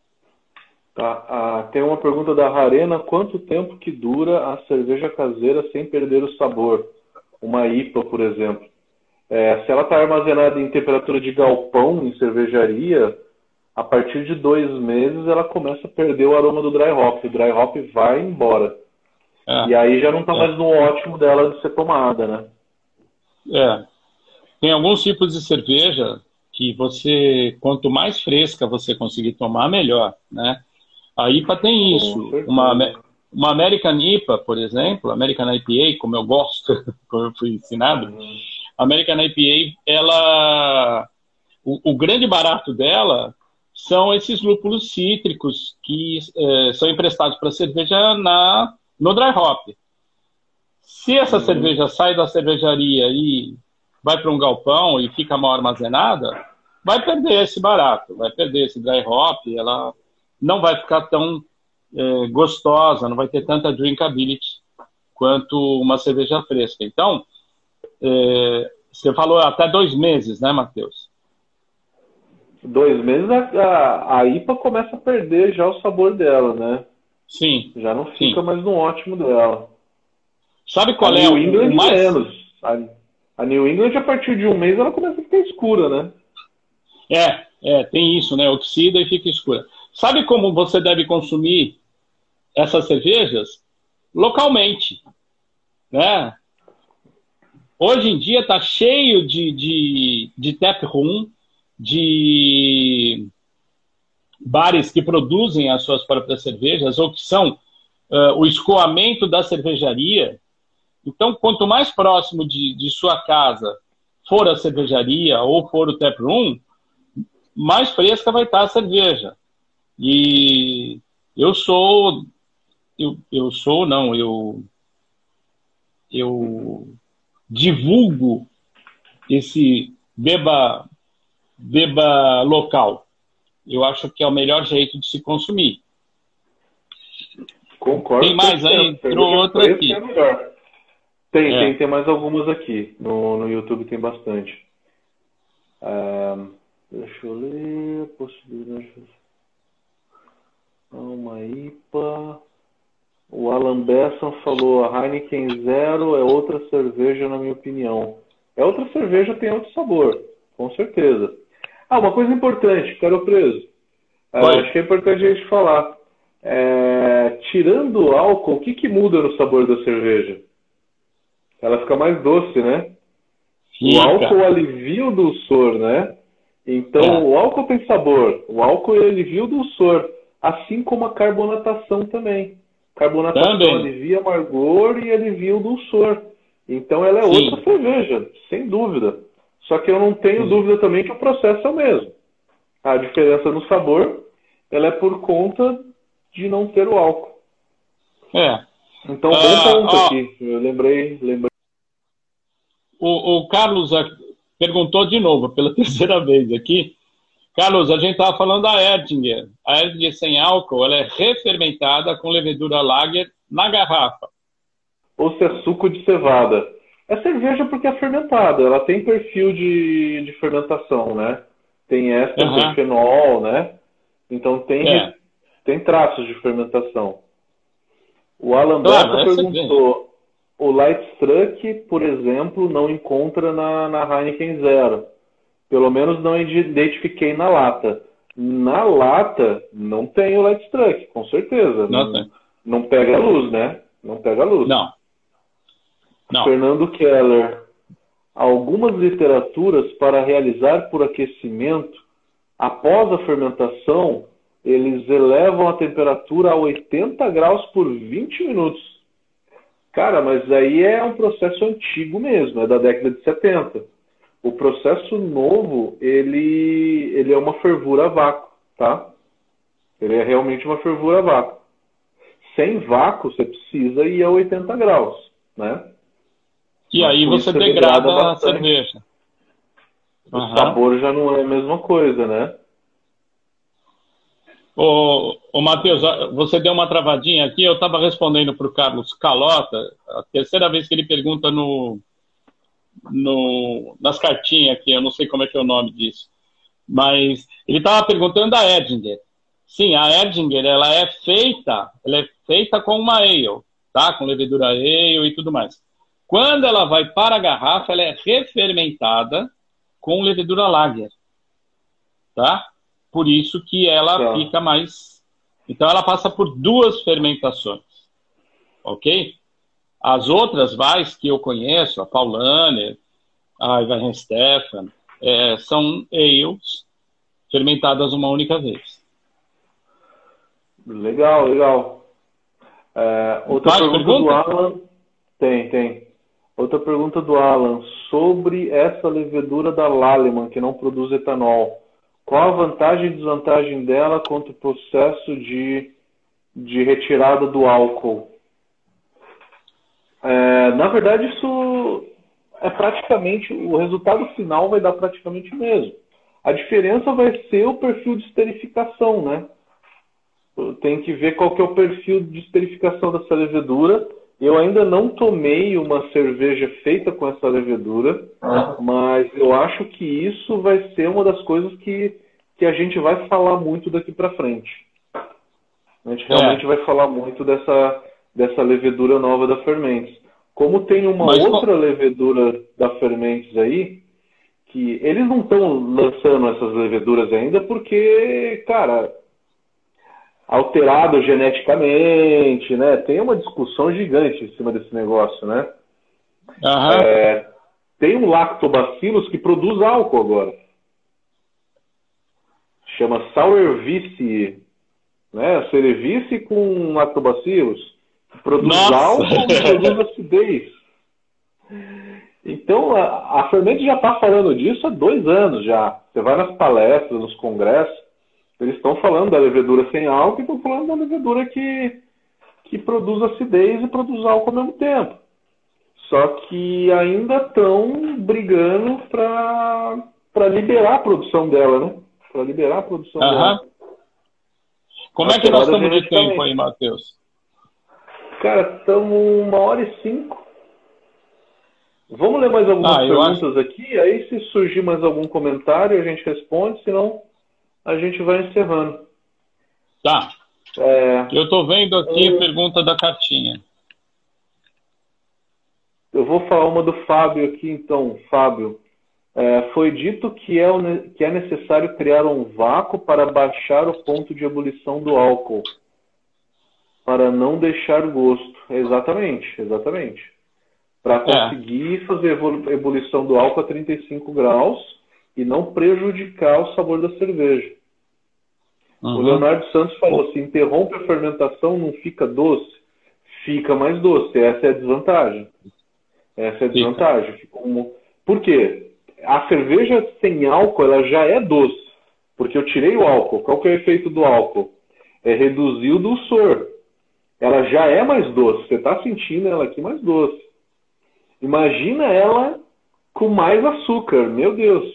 Tem uma pergunta da Rarena. Quanto tempo que dura a cerveja caseira sem perder o sabor? Uma IPA, por exemplo. Se ela está armazenada em temperatura de galpão, em cervejaria, a partir de 2 meses ela começa a perder o aroma do dry hop. O dry hop vai embora. E aí já não está mais no ótimo dela de ser tomada, né? Tem alguns tipos de cerveja que quanto mais fresca você conseguir tomar, melhor, né? A IPA tem isso. Uma American IPA, por exemplo, American IPA, como eu gosto, como eu fui ensinado, American IPA, o grande barato dela são esses lúpulos cítricos que são emprestados para a cerveja no dry hop. Se essa cerveja sai da cervejaria e vai para um galpão e fica mal armazenada, vai perder esse barato, vai perder esse dry hop, ela não vai ficar tão gostosa, não vai ter tanta drinkability quanto uma cerveja fresca. Então, você falou até 2 meses, né, Matheus? 2 meses a IPA começa a perder já o sabor dela, né? Sim. Já não fica mais no ótimo dela. Sabe qual é o mais... menos. A New England, a partir de 1 mês, ela começa a ficar escura, né? Tem isso, né? Oxida e fica escura. Sabe como você deve consumir essas cervejas? Localmente, né? Hoje em dia está cheio de tap room, de bares que produzem as suas próprias cervejas ou que são o escoamento da cervejaria. Então, quanto mais próximo de sua casa for a cervejaria ou for o tap room, mais fresca vai estar a cerveja. E eu divulgo esse beba local. Eu acho que é o melhor jeito de se consumir. Concordo. Tem mais aí? Entrou outra aqui. É melhor. Tem mais algumas aqui. No YouTube tem bastante. Deixa eu ler. Possibilidade. Uma IPA. O Alan Besson falou: a Heineken Zero é outra cerveja, na minha opinião. É outra cerveja, tem outro sabor, com certeza. Uma coisa importante, Caro Preso. Acho que é importante a gente falar. Tirando o álcool, o que muda no sabor da cerveja? Ela fica mais doce, né? O álcool alivia o dulçor, né? Então, o álcool tem sabor. O álcool alivia o dulçor. Assim como a carbonatação também. Carbonatação alivia o amargor e alivia o dulçor. Então, ela é outra cerveja, sem dúvida. Só que eu não tenho dúvida também que o processo é o mesmo. A diferença no sabor, ela é por conta de não ter o álcool. Então, bom ponto aqui. Eu lembrei. O Carlos perguntou de novo, pela terceira vez aqui. Carlos, a gente estava falando da Erdinger. A Erdinger sem álcool, ela é refermentada com levedura lager na garrafa. Ou se é suco de cevada. É cerveja porque é fermentada. Ela tem perfil de fermentação, né? Tem éster, tem fenol, né? Então tem traços de fermentação. O Alan Beto perguntou: o Light Struck, por exemplo, não encontra na Heineken Zero. Pelo menos não identifiquei na lata. Na lata, não tem o Light Struck, com certeza. Não pega a luz, né? Não pega a luz. Não. Fernando Keller. Algumas literaturas para realizar por aquecimento, após a fermentação, eles elevam a temperatura a 80 graus por 20 minutos. Cara, mas aí é um processo antigo mesmo, é da década de 70. O processo novo, ele é uma fervura a vácuo, tá? Ele é realmente uma fervura a vácuo. Sem vácuo, você precisa ir a 80 graus, né? E aí você degrada a cerveja. O sabor já não é a mesma coisa, né? Ô Matheus, você deu uma travadinha aqui, eu estava respondendo para o Carlos Calota, a terceira vez que ele pergunta nas cartinhas aqui, eu não sei como é que é o nome disso, mas ele estava perguntando da Erdinger. Sim, a Erdinger, ela é feita com uma ale, tá? Com levedura ale e tudo mais. Quando ela vai para a garrafa, ela é refermentada com levedura lager, tá? Por isso que ela fica mais... Então, ela passa por 2 fermentações, ok? As outras vais que eu conheço, a Paulaner, a Weihenstephan, são ales fermentadas uma única vez. Legal. Outra pergunta do Alan. Tem. Outra pergunta do Alan. Sobre essa levedura da Lallemand, que não produz etanol. Qual a vantagem e desvantagem dela contra o processo de retirada do álcool? Na verdade, isso é praticamente... O resultado final vai dar praticamente o mesmo. A diferença vai ser o perfil de esterificação, né? Tem que ver qual que é o perfil de esterificação dessa levedura. Eu ainda não tomei uma cerveja feita com essa levedura, mas eu acho que isso vai ser uma das coisas que a gente vai falar muito daqui para frente. A gente realmente vai falar muito dessa levedura nova da Fermentes. Como tem uma outra levedura da Fermentes aí, que eles não estão lançando essas leveduras ainda porque, cara... alterado geneticamente, né? Tem uma discussão gigante em cima desse negócio, né? tem um lactobacillus que produz álcool agora. Chama Sauervice, né? Cerevisiae com lactobacillus. Produz álcool e produz acidez. Então, a Ferment já está falando disso há 2 anos já. Você vai nas palestras, nos congressos, eles estão falando da levedura sem álcool e estão falando da levedura que produz acidez e produz álcool ao mesmo tempo. Só que ainda estão brigando para liberar a produção dela, né? Para liberar a produção dela. Como é que nós estamos de tempo aí, Matheus? Cara, estamos 1h05. Vamos ler mais algumas perguntas aqui, aí se surgir mais algum comentário a gente responde, senão a gente vai encerrando. Tá. Eu estou vendo aqui a pergunta da cartinha. Eu vou falar uma do Fábio aqui, então. Fábio, foi dito que é necessário criar um vácuo para baixar o ponto de ebulição do álcool, para não deixar gosto. Exatamente. Para conseguir fazer a ebulição do álcool a 35 graus e não prejudicar o sabor da cerveja. O Leonardo Santos falou, se interrompe a fermentação, não fica doce? Fica mais doce. Essa é a desvantagem. Por quê? A cerveja sem álcool ela já é doce, porque eu tirei o álcool. Qual que é o efeito do álcool? É reduzir o dulçor. Ela já é mais doce. Você está sentindo ela aqui mais doce. Imagina ela com mais açúcar. Meu Deus.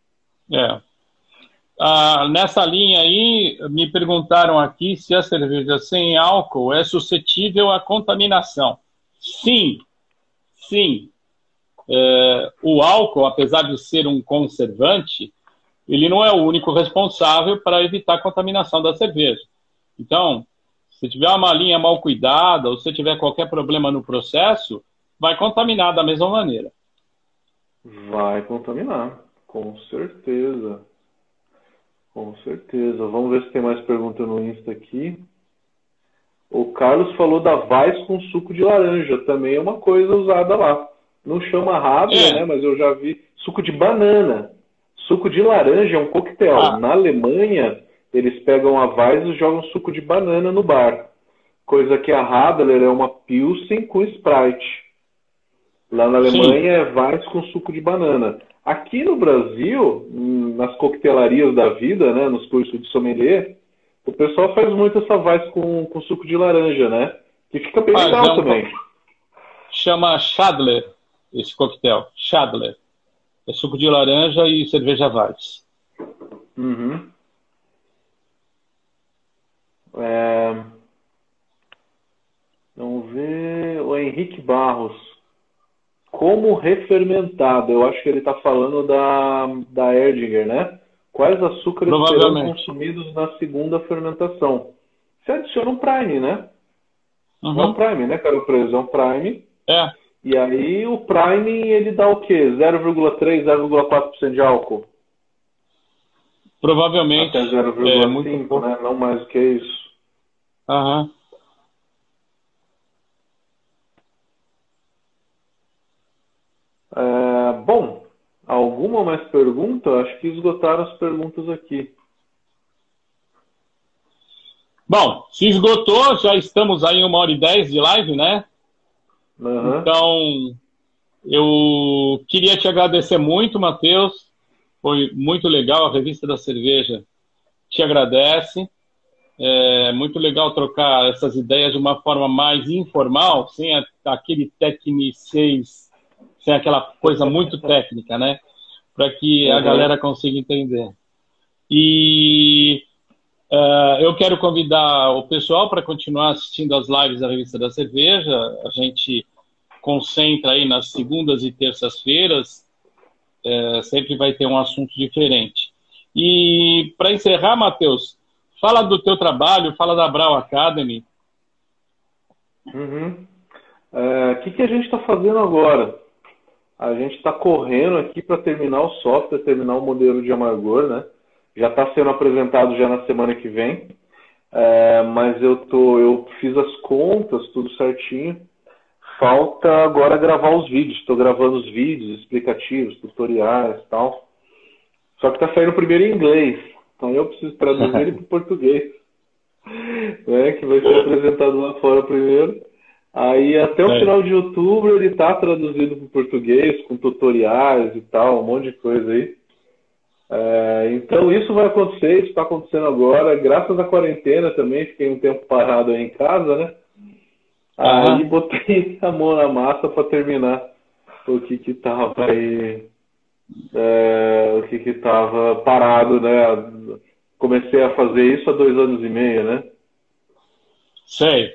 Nessa linha aí, me perguntaram aqui se a cerveja sem álcool é suscetível à contaminação. Sim. O álcool, apesar de ser um conservante, ele não é o único responsável para evitar a contaminação da cerveja. Então, se tiver uma linha mal cuidada ou se tiver qualquer problema no processo, vai contaminar da mesma maneira. Vai contaminar, com certeza. Com certeza. Vamos ver se tem mais pergunta no Insta aqui. O Carlos falou da Weiss com suco de laranja. Também é uma coisa usada lá. Não chama Radler, né? Mas eu já vi. Suco de banana. Suco de laranja é um coquetel. Na Alemanha, eles pegam a Weiss e jogam suco de banana no bar. Coisa que a Radler é uma Pilsen com Sprite. Lá na Alemanha é Weiss com suco de banana. Aqui no Brasil, nas coquetelarias da vida, né, nos cursos de sommelier, o pessoal faz muito essa Weiss com suco de laranja, né? Que fica bem legal também. Chama Schadler, esse coquetel. Schadler. É suco de laranja e cerveja Weiss. Vamos ver. O Henrique Barros. Como refermentado? Eu acho que ele está falando da Erdinger, né? Quais açúcares serão consumidos na segunda fermentação? Você adiciona um prime, né? É um prime, né, Caro Preso? É um prime. E aí o prime, ele dá o quê? 0,3, 0,4% de álcool? Provavelmente. Até 0,5, né? Não mais do que isso. Bom, alguma mais pergunta? Acho que esgotaram as perguntas aqui. Bom, se esgotou, já estamos aí 1h10 de live, né? Então, eu queria te agradecer muito, Matheus. Foi muito legal, a Revista da Cerveja te agradece. É muito legal trocar essas ideias de uma forma mais informal, sem aquele tecnicês, sem aquela coisa muito técnica, né? Para que a galera consiga entender. E eu quero convidar o pessoal para continuar assistindo as lives da Revista da Cerveja. A gente concentra aí nas segundas e terças-feiras. Sempre vai ter um assunto diferente. E para encerrar, Matheus, fala do teu trabalho, fala da Brau Academy. Que a gente está fazendo agora? A gente está correndo aqui para terminar o software, terminar o modelo de amargor, né? Já está sendo apresentado já na semana que vem, mas eu fiz as contas, tudo certinho. falta agora gravar os vídeos. Estou gravando os vídeos explicativos, tutoriais e tal. Só que tá saindo primeiro em inglês. Então eu preciso traduzir ele para o português. Né, que vai ser apresentado lá fora primeiro. Aí até o final de outubro ele tá traduzido para o português, com tutoriais e tal, um monte de coisa aí. Então isso vai acontecer, isso está acontecendo agora, graças à quarentena também, fiquei um tempo parado aí em casa, né? Aí botei a mão na massa para terminar o que estava aí, o que estava parado, né? Comecei a fazer isso há 2 anos e meio, né? Sei.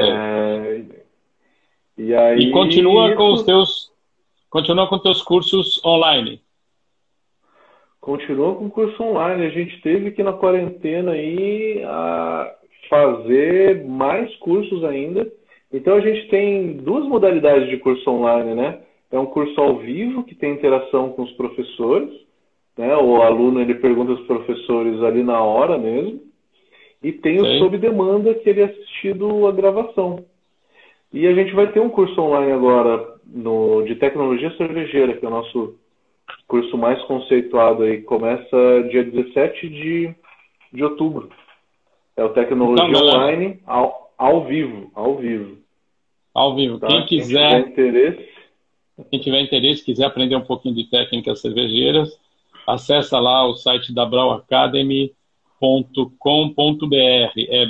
E aí, continua com os teus cursos online. Continua com o curso online. A gente teve que na quarentena aí fazer mais cursos ainda. Então a gente tem 2 modalidades de curso online, né? É um curso ao vivo que tem interação com os professores, né? O aluno ele pergunta aos professores ali na hora mesmo. E tem o sob demanda, que ele é assistido a gravação. E a gente vai ter um curso online agora de tecnologia cervejeira, que é o nosso curso mais conceituado aí. Começa dia 17 de outubro. É o Tecnologia Online ao vivo. Ao vivo. Tá? Quem tiver interesse, quiser aprender um pouquinho de técnicas cervejeiras, acessa lá o site da brauacademy.com.br. É